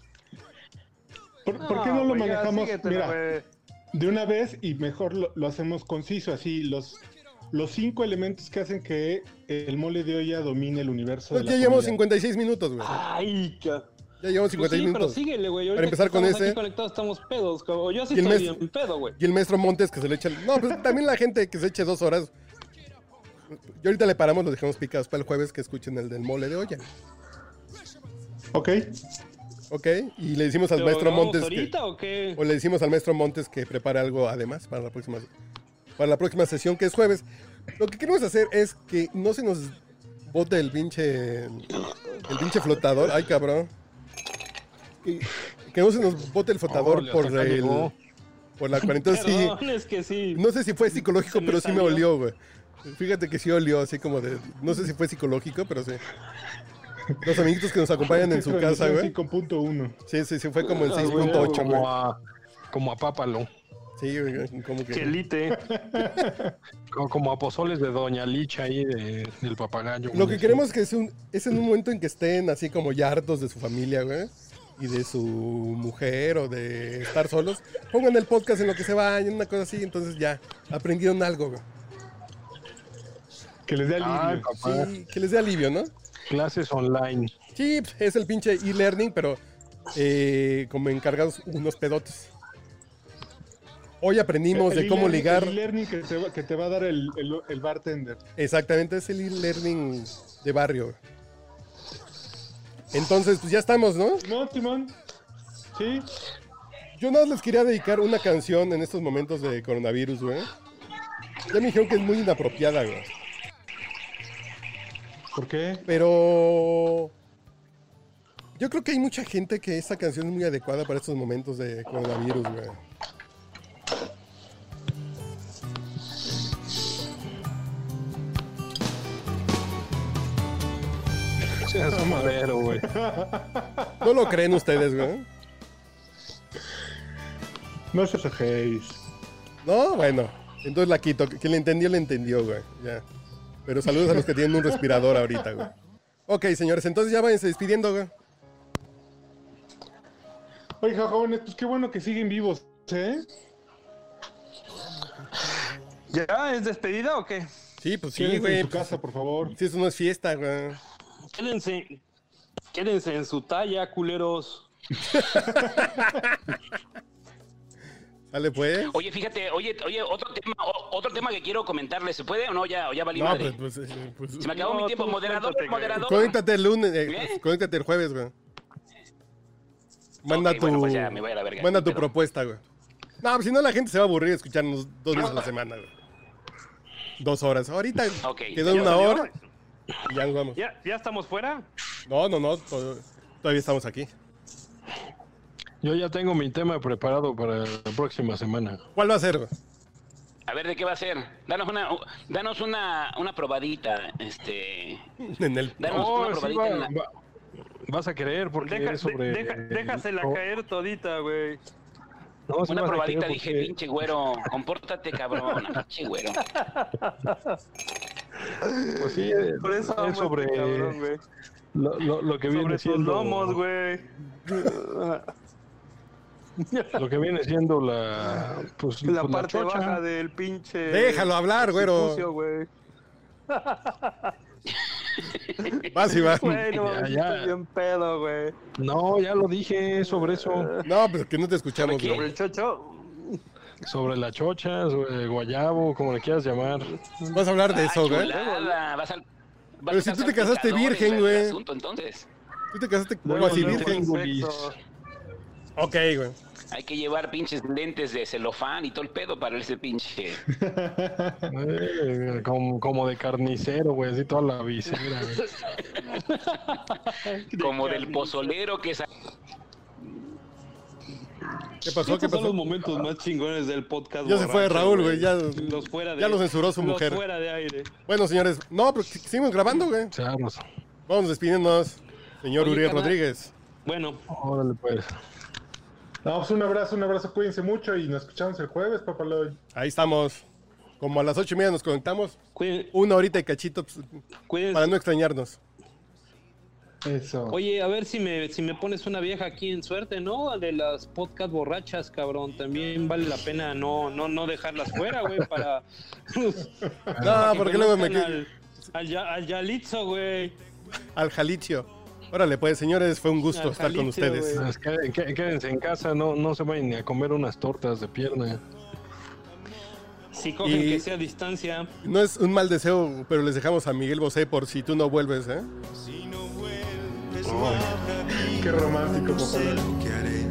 Speaker 2: ¿Por qué no lo
Speaker 3: güey, ya,
Speaker 2: manejamos,
Speaker 3: síguetela,
Speaker 2: mira,
Speaker 3: güey.
Speaker 2: de una vez y mejor lo hacemos conciso, así, los 5 elementos que hacen que el mole de olla domine el universo de
Speaker 4: Pues
Speaker 2: la
Speaker 4: ya llevamos
Speaker 2: comida.
Speaker 4: 56 minutos, güey.
Speaker 3: Ay,
Speaker 4: Ya llevamos 56
Speaker 3: Pues sí, pero
Speaker 4: minutos.
Speaker 3: síguele, güey.
Speaker 4: Para empezar con
Speaker 3: Aquí
Speaker 4: ese.
Speaker 3: conectados estamos pedos, cabrón. Yo sí
Speaker 4: Y el
Speaker 3: estoy
Speaker 4: mes-
Speaker 3: bien pedo, güey.
Speaker 4: Y el maestro Montes que se le echa. No, pues también la gente que se eche 2 horas. Yo ahorita le paramos, los dejamos picados para el jueves que escuchen el del mole de olla.
Speaker 2: Ok.
Speaker 4: ¿Ok? Y le decimos al
Speaker 3: ¿Pero
Speaker 4: maestro
Speaker 3: grabamos
Speaker 4: Montes.
Speaker 3: ahorita o qué?
Speaker 4: O le decimos al maestro Montes que prepare algo además para la próxima sesión que es jueves. Lo que queremos hacer es que no se nos bote el pinche flotador. Ay, cabrón. Que no se nos bote el flotador
Speaker 5: Órale, hasta acá llegó.
Speaker 4: por la cuarentena. Sí,
Speaker 3: Perdón, es que sí.
Speaker 4: no sé si fue psicológico,
Speaker 3: Se me
Speaker 4: pero sí me
Speaker 3: salió.
Speaker 4: olió, güey. Fíjate que sí olió, así como de. No sé si fue psicológico, pero sí. Los amiguitos que nos acompañan en su casa, güey.
Speaker 2: 5.1.
Speaker 4: Sí, fue como el
Speaker 5: Ah, güey,
Speaker 4: 6.8, güey.
Speaker 5: como a Pápalo.
Speaker 4: Sí, güey, como que.
Speaker 3: Quelite.
Speaker 5: Como a pozoles de Doña Licha ahí del papagayo.
Speaker 4: Lo
Speaker 5: güey.
Speaker 4: que queremos que es en un momento en que estén así como ya hartos de su familia, güey. Y de su mujer o de estar solos. Pongan el podcast en lo que se vayan, una cosa así. Entonces ya aprendieron algo, güey.
Speaker 2: Que les dé alivio.
Speaker 5: Ay, papá.
Speaker 4: Sí, que les dé alivio, ¿no?
Speaker 5: Clases online.
Speaker 4: Sí, es el pinche e-learning, pero como encargados unos pedotes. Hoy aprendimos de cómo ligar.
Speaker 2: El e-learning que te va a dar el bartender.
Speaker 4: Exactamente, es el e-learning de barrio. Entonces, pues ya estamos, ¿no?
Speaker 2: No, Timón. Sí.
Speaker 4: Yo nada más les quería dedicar una canción en estos momentos de coronavirus, güey. Ya me dijeron que es muy inapropiada, güey.
Speaker 2: ¿Por qué?
Speaker 4: Pero yo creo que hay mucha gente que esta canción es muy adecuada para estos momentos de coronavirus, güey.
Speaker 5: Seas madero, güey.
Speaker 4: ¿No lo creen ustedes, güey?
Speaker 2: No se sojéis.
Speaker 4: No, bueno. Entonces la quito. Quien le entendió, güey. Ya. Pero saludos a los que tienen un respirador ahorita, güey. Ok, señores, entonces ya váyanse despidiendo, güey.
Speaker 2: Oiga, jóvenes, pues qué bueno que siguen vivos, ¿eh?
Speaker 3: ¿Ya es despedida o qué?
Speaker 4: Sí, pues sí,
Speaker 2: Quédense
Speaker 4: güey.
Speaker 2: en su casa, por favor.
Speaker 4: Sí, eso no es fiesta, güey.
Speaker 3: Quédense en su talla, culeros.
Speaker 4: Sale, pues.
Speaker 1: Oye, fíjate, oye, otro tema que quiero comentarles, ¿se puede o no? Ya valí
Speaker 4: No,
Speaker 1: madre.
Speaker 4: pues,
Speaker 1: Se me acabó mi tiempo,
Speaker 3: tú
Speaker 1: moderador.
Speaker 4: conéctate el lunes,
Speaker 1: ¿Eh?
Speaker 4: conéctate el jueves, güey. Manda
Speaker 1: Ok,
Speaker 4: tu,
Speaker 1: bueno, pues ya me voy a la verga.
Speaker 4: manda tu
Speaker 1: Pero-
Speaker 4: propuesta, güey. No, pues si no la gente se va a aburrir de escucharnos 2 veces a la semana, güey. 2 horas. Ahorita
Speaker 1: Ok.
Speaker 4: quedó
Speaker 3: ¿Ya
Speaker 4: 1
Speaker 3: salió?
Speaker 4: hora y ya nos vamos.
Speaker 3: ¿Ya estamos fuera?
Speaker 4: No, todavía estamos aquí.
Speaker 5: Yo ya tengo mi tema preparado para la próxima semana.
Speaker 4: ¿Cuál va a ser, güey?
Speaker 1: A ver, ¿de qué va a ser? Danos una probadita,
Speaker 4: En el...
Speaker 1: Danos
Speaker 5: Oh,
Speaker 1: una
Speaker 5: sí,
Speaker 1: probadita en la...
Speaker 5: vas a querer porque es sobre...
Speaker 3: Déjasela caer todita, güey.
Speaker 5: No, sí
Speaker 1: Una
Speaker 5: vas a
Speaker 1: probadita,
Speaker 5: querer
Speaker 1: dije,
Speaker 5: porque-
Speaker 1: pinche güero, compórtate, cabrón, pinche güero.
Speaker 5: Pues sí,
Speaker 3: Por eso amo
Speaker 5: es sobre
Speaker 3: este cabrón, güey.
Speaker 5: lo que viene
Speaker 3: Sobre tus
Speaker 5: siendo...
Speaker 3: lomos, güey.
Speaker 5: Lo que viene siendo la... Pues,
Speaker 3: La
Speaker 5: pues,
Speaker 3: parte
Speaker 5: chocha.
Speaker 3: baja del pinche...
Speaker 4: Déjalo hablar, güero.
Speaker 3: sucio, güey.
Speaker 4: Vas, Iván.
Speaker 3: Güey, no,
Speaker 5: Ya, ya.
Speaker 3: estoy bien pedo, güey.
Speaker 5: No, ya lo dije sobre eso.
Speaker 4: No, pues que no te escuchamos,
Speaker 1: ¿Sobre
Speaker 4: güey.
Speaker 3: Sobre el chocho.
Speaker 5: Sobre la chocha, sobre el guayabo, como le quieras llamar.
Speaker 4: Vas a hablar de eso, güey.
Speaker 1: Chulada, vas
Speaker 4: Pero
Speaker 1: a
Speaker 4: si tú
Speaker 1: estar
Speaker 4: te casaste
Speaker 1: salpicadores
Speaker 4: virgen,
Speaker 1: del
Speaker 4: güey.
Speaker 1: asunto, entonces.
Speaker 4: Tú te casaste
Speaker 5: Luego,
Speaker 4: así
Speaker 5: luego,
Speaker 4: virgen.
Speaker 5: sexo.
Speaker 4: Ok, güey.
Speaker 1: Hay que llevar pinches lentes de celofán y todo el pedo para ese pinche...
Speaker 5: Como de carnicero, güey, así toda la visera. güey.
Speaker 1: Como del pozolero que...
Speaker 4: ¿Qué pasó? ¿Qué
Speaker 3: Estos son los
Speaker 4: pasó?
Speaker 3: momentos más chingones del podcast.
Speaker 4: Ya se fue
Speaker 3: borracho,
Speaker 4: Raúl, güey. Ya
Speaker 3: Los fuera de...
Speaker 4: ya lo censuró su
Speaker 3: los
Speaker 4: mujer.
Speaker 3: fuera de aire.
Speaker 4: Bueno, señores. No, pero seguimos grabando, güey.
Speaker 5: Charros.
Speaker 4: Vamos despidiéndonos. Señor
Speaker 1: Oye,
Speaker 4: Uriel
Speaker 1: carnal.
Speaker 4: Rodríguez.
Speaker 3: Bueno,
Speaker 5: Órale, pues.
Speaker 2: No, pues un abrazo, cuídense mucho y nos escuchamos el jueves, papaloy.
Speaker 4: Ahí estamos. Como a las 8:30 nos conectamos.
Speaker 3: cuídense.
Speaker 4: 1 horita y cachito pues, para no extrañarnos.
Speaker 2: Eso.
Speaker 3: Oye, a ver si me pones una vieja aquí en suerte, ¿no? De las podcast borrachas, cabrón. También vale la pena no dejarlas fuera, güey, para...
Speaker 4: No, porque luego me
Speaker 3: conozcan al Yalitzo, güey.
Speaker 4: al Jalicio. Órale, pues, señores, fue un gusto
Speaker 3: Al
Speaker 4: estar con
Speaker 3: Jalicio,
Speaker 4: ustedes.
Speaker 3: güey.
Speaker 5: Quédense en casa, no se vayan ni a comer unas tortas de pierna.
Speaker 3: Si cogen
Speaker 4: Y-
Speaker 3: que sea a distancia.
Speaker 4: No es un mal deseo, pero les dejamos a Miguel Bosé por si tú no vuelves, ¿eh?
Speaker 7: Si no vuelves, no habrá vida,
Speaker 2: Qué romántico,
Speaker 7: no sé
Speaker 2: papaloy.
Speaker 7: lo que haré.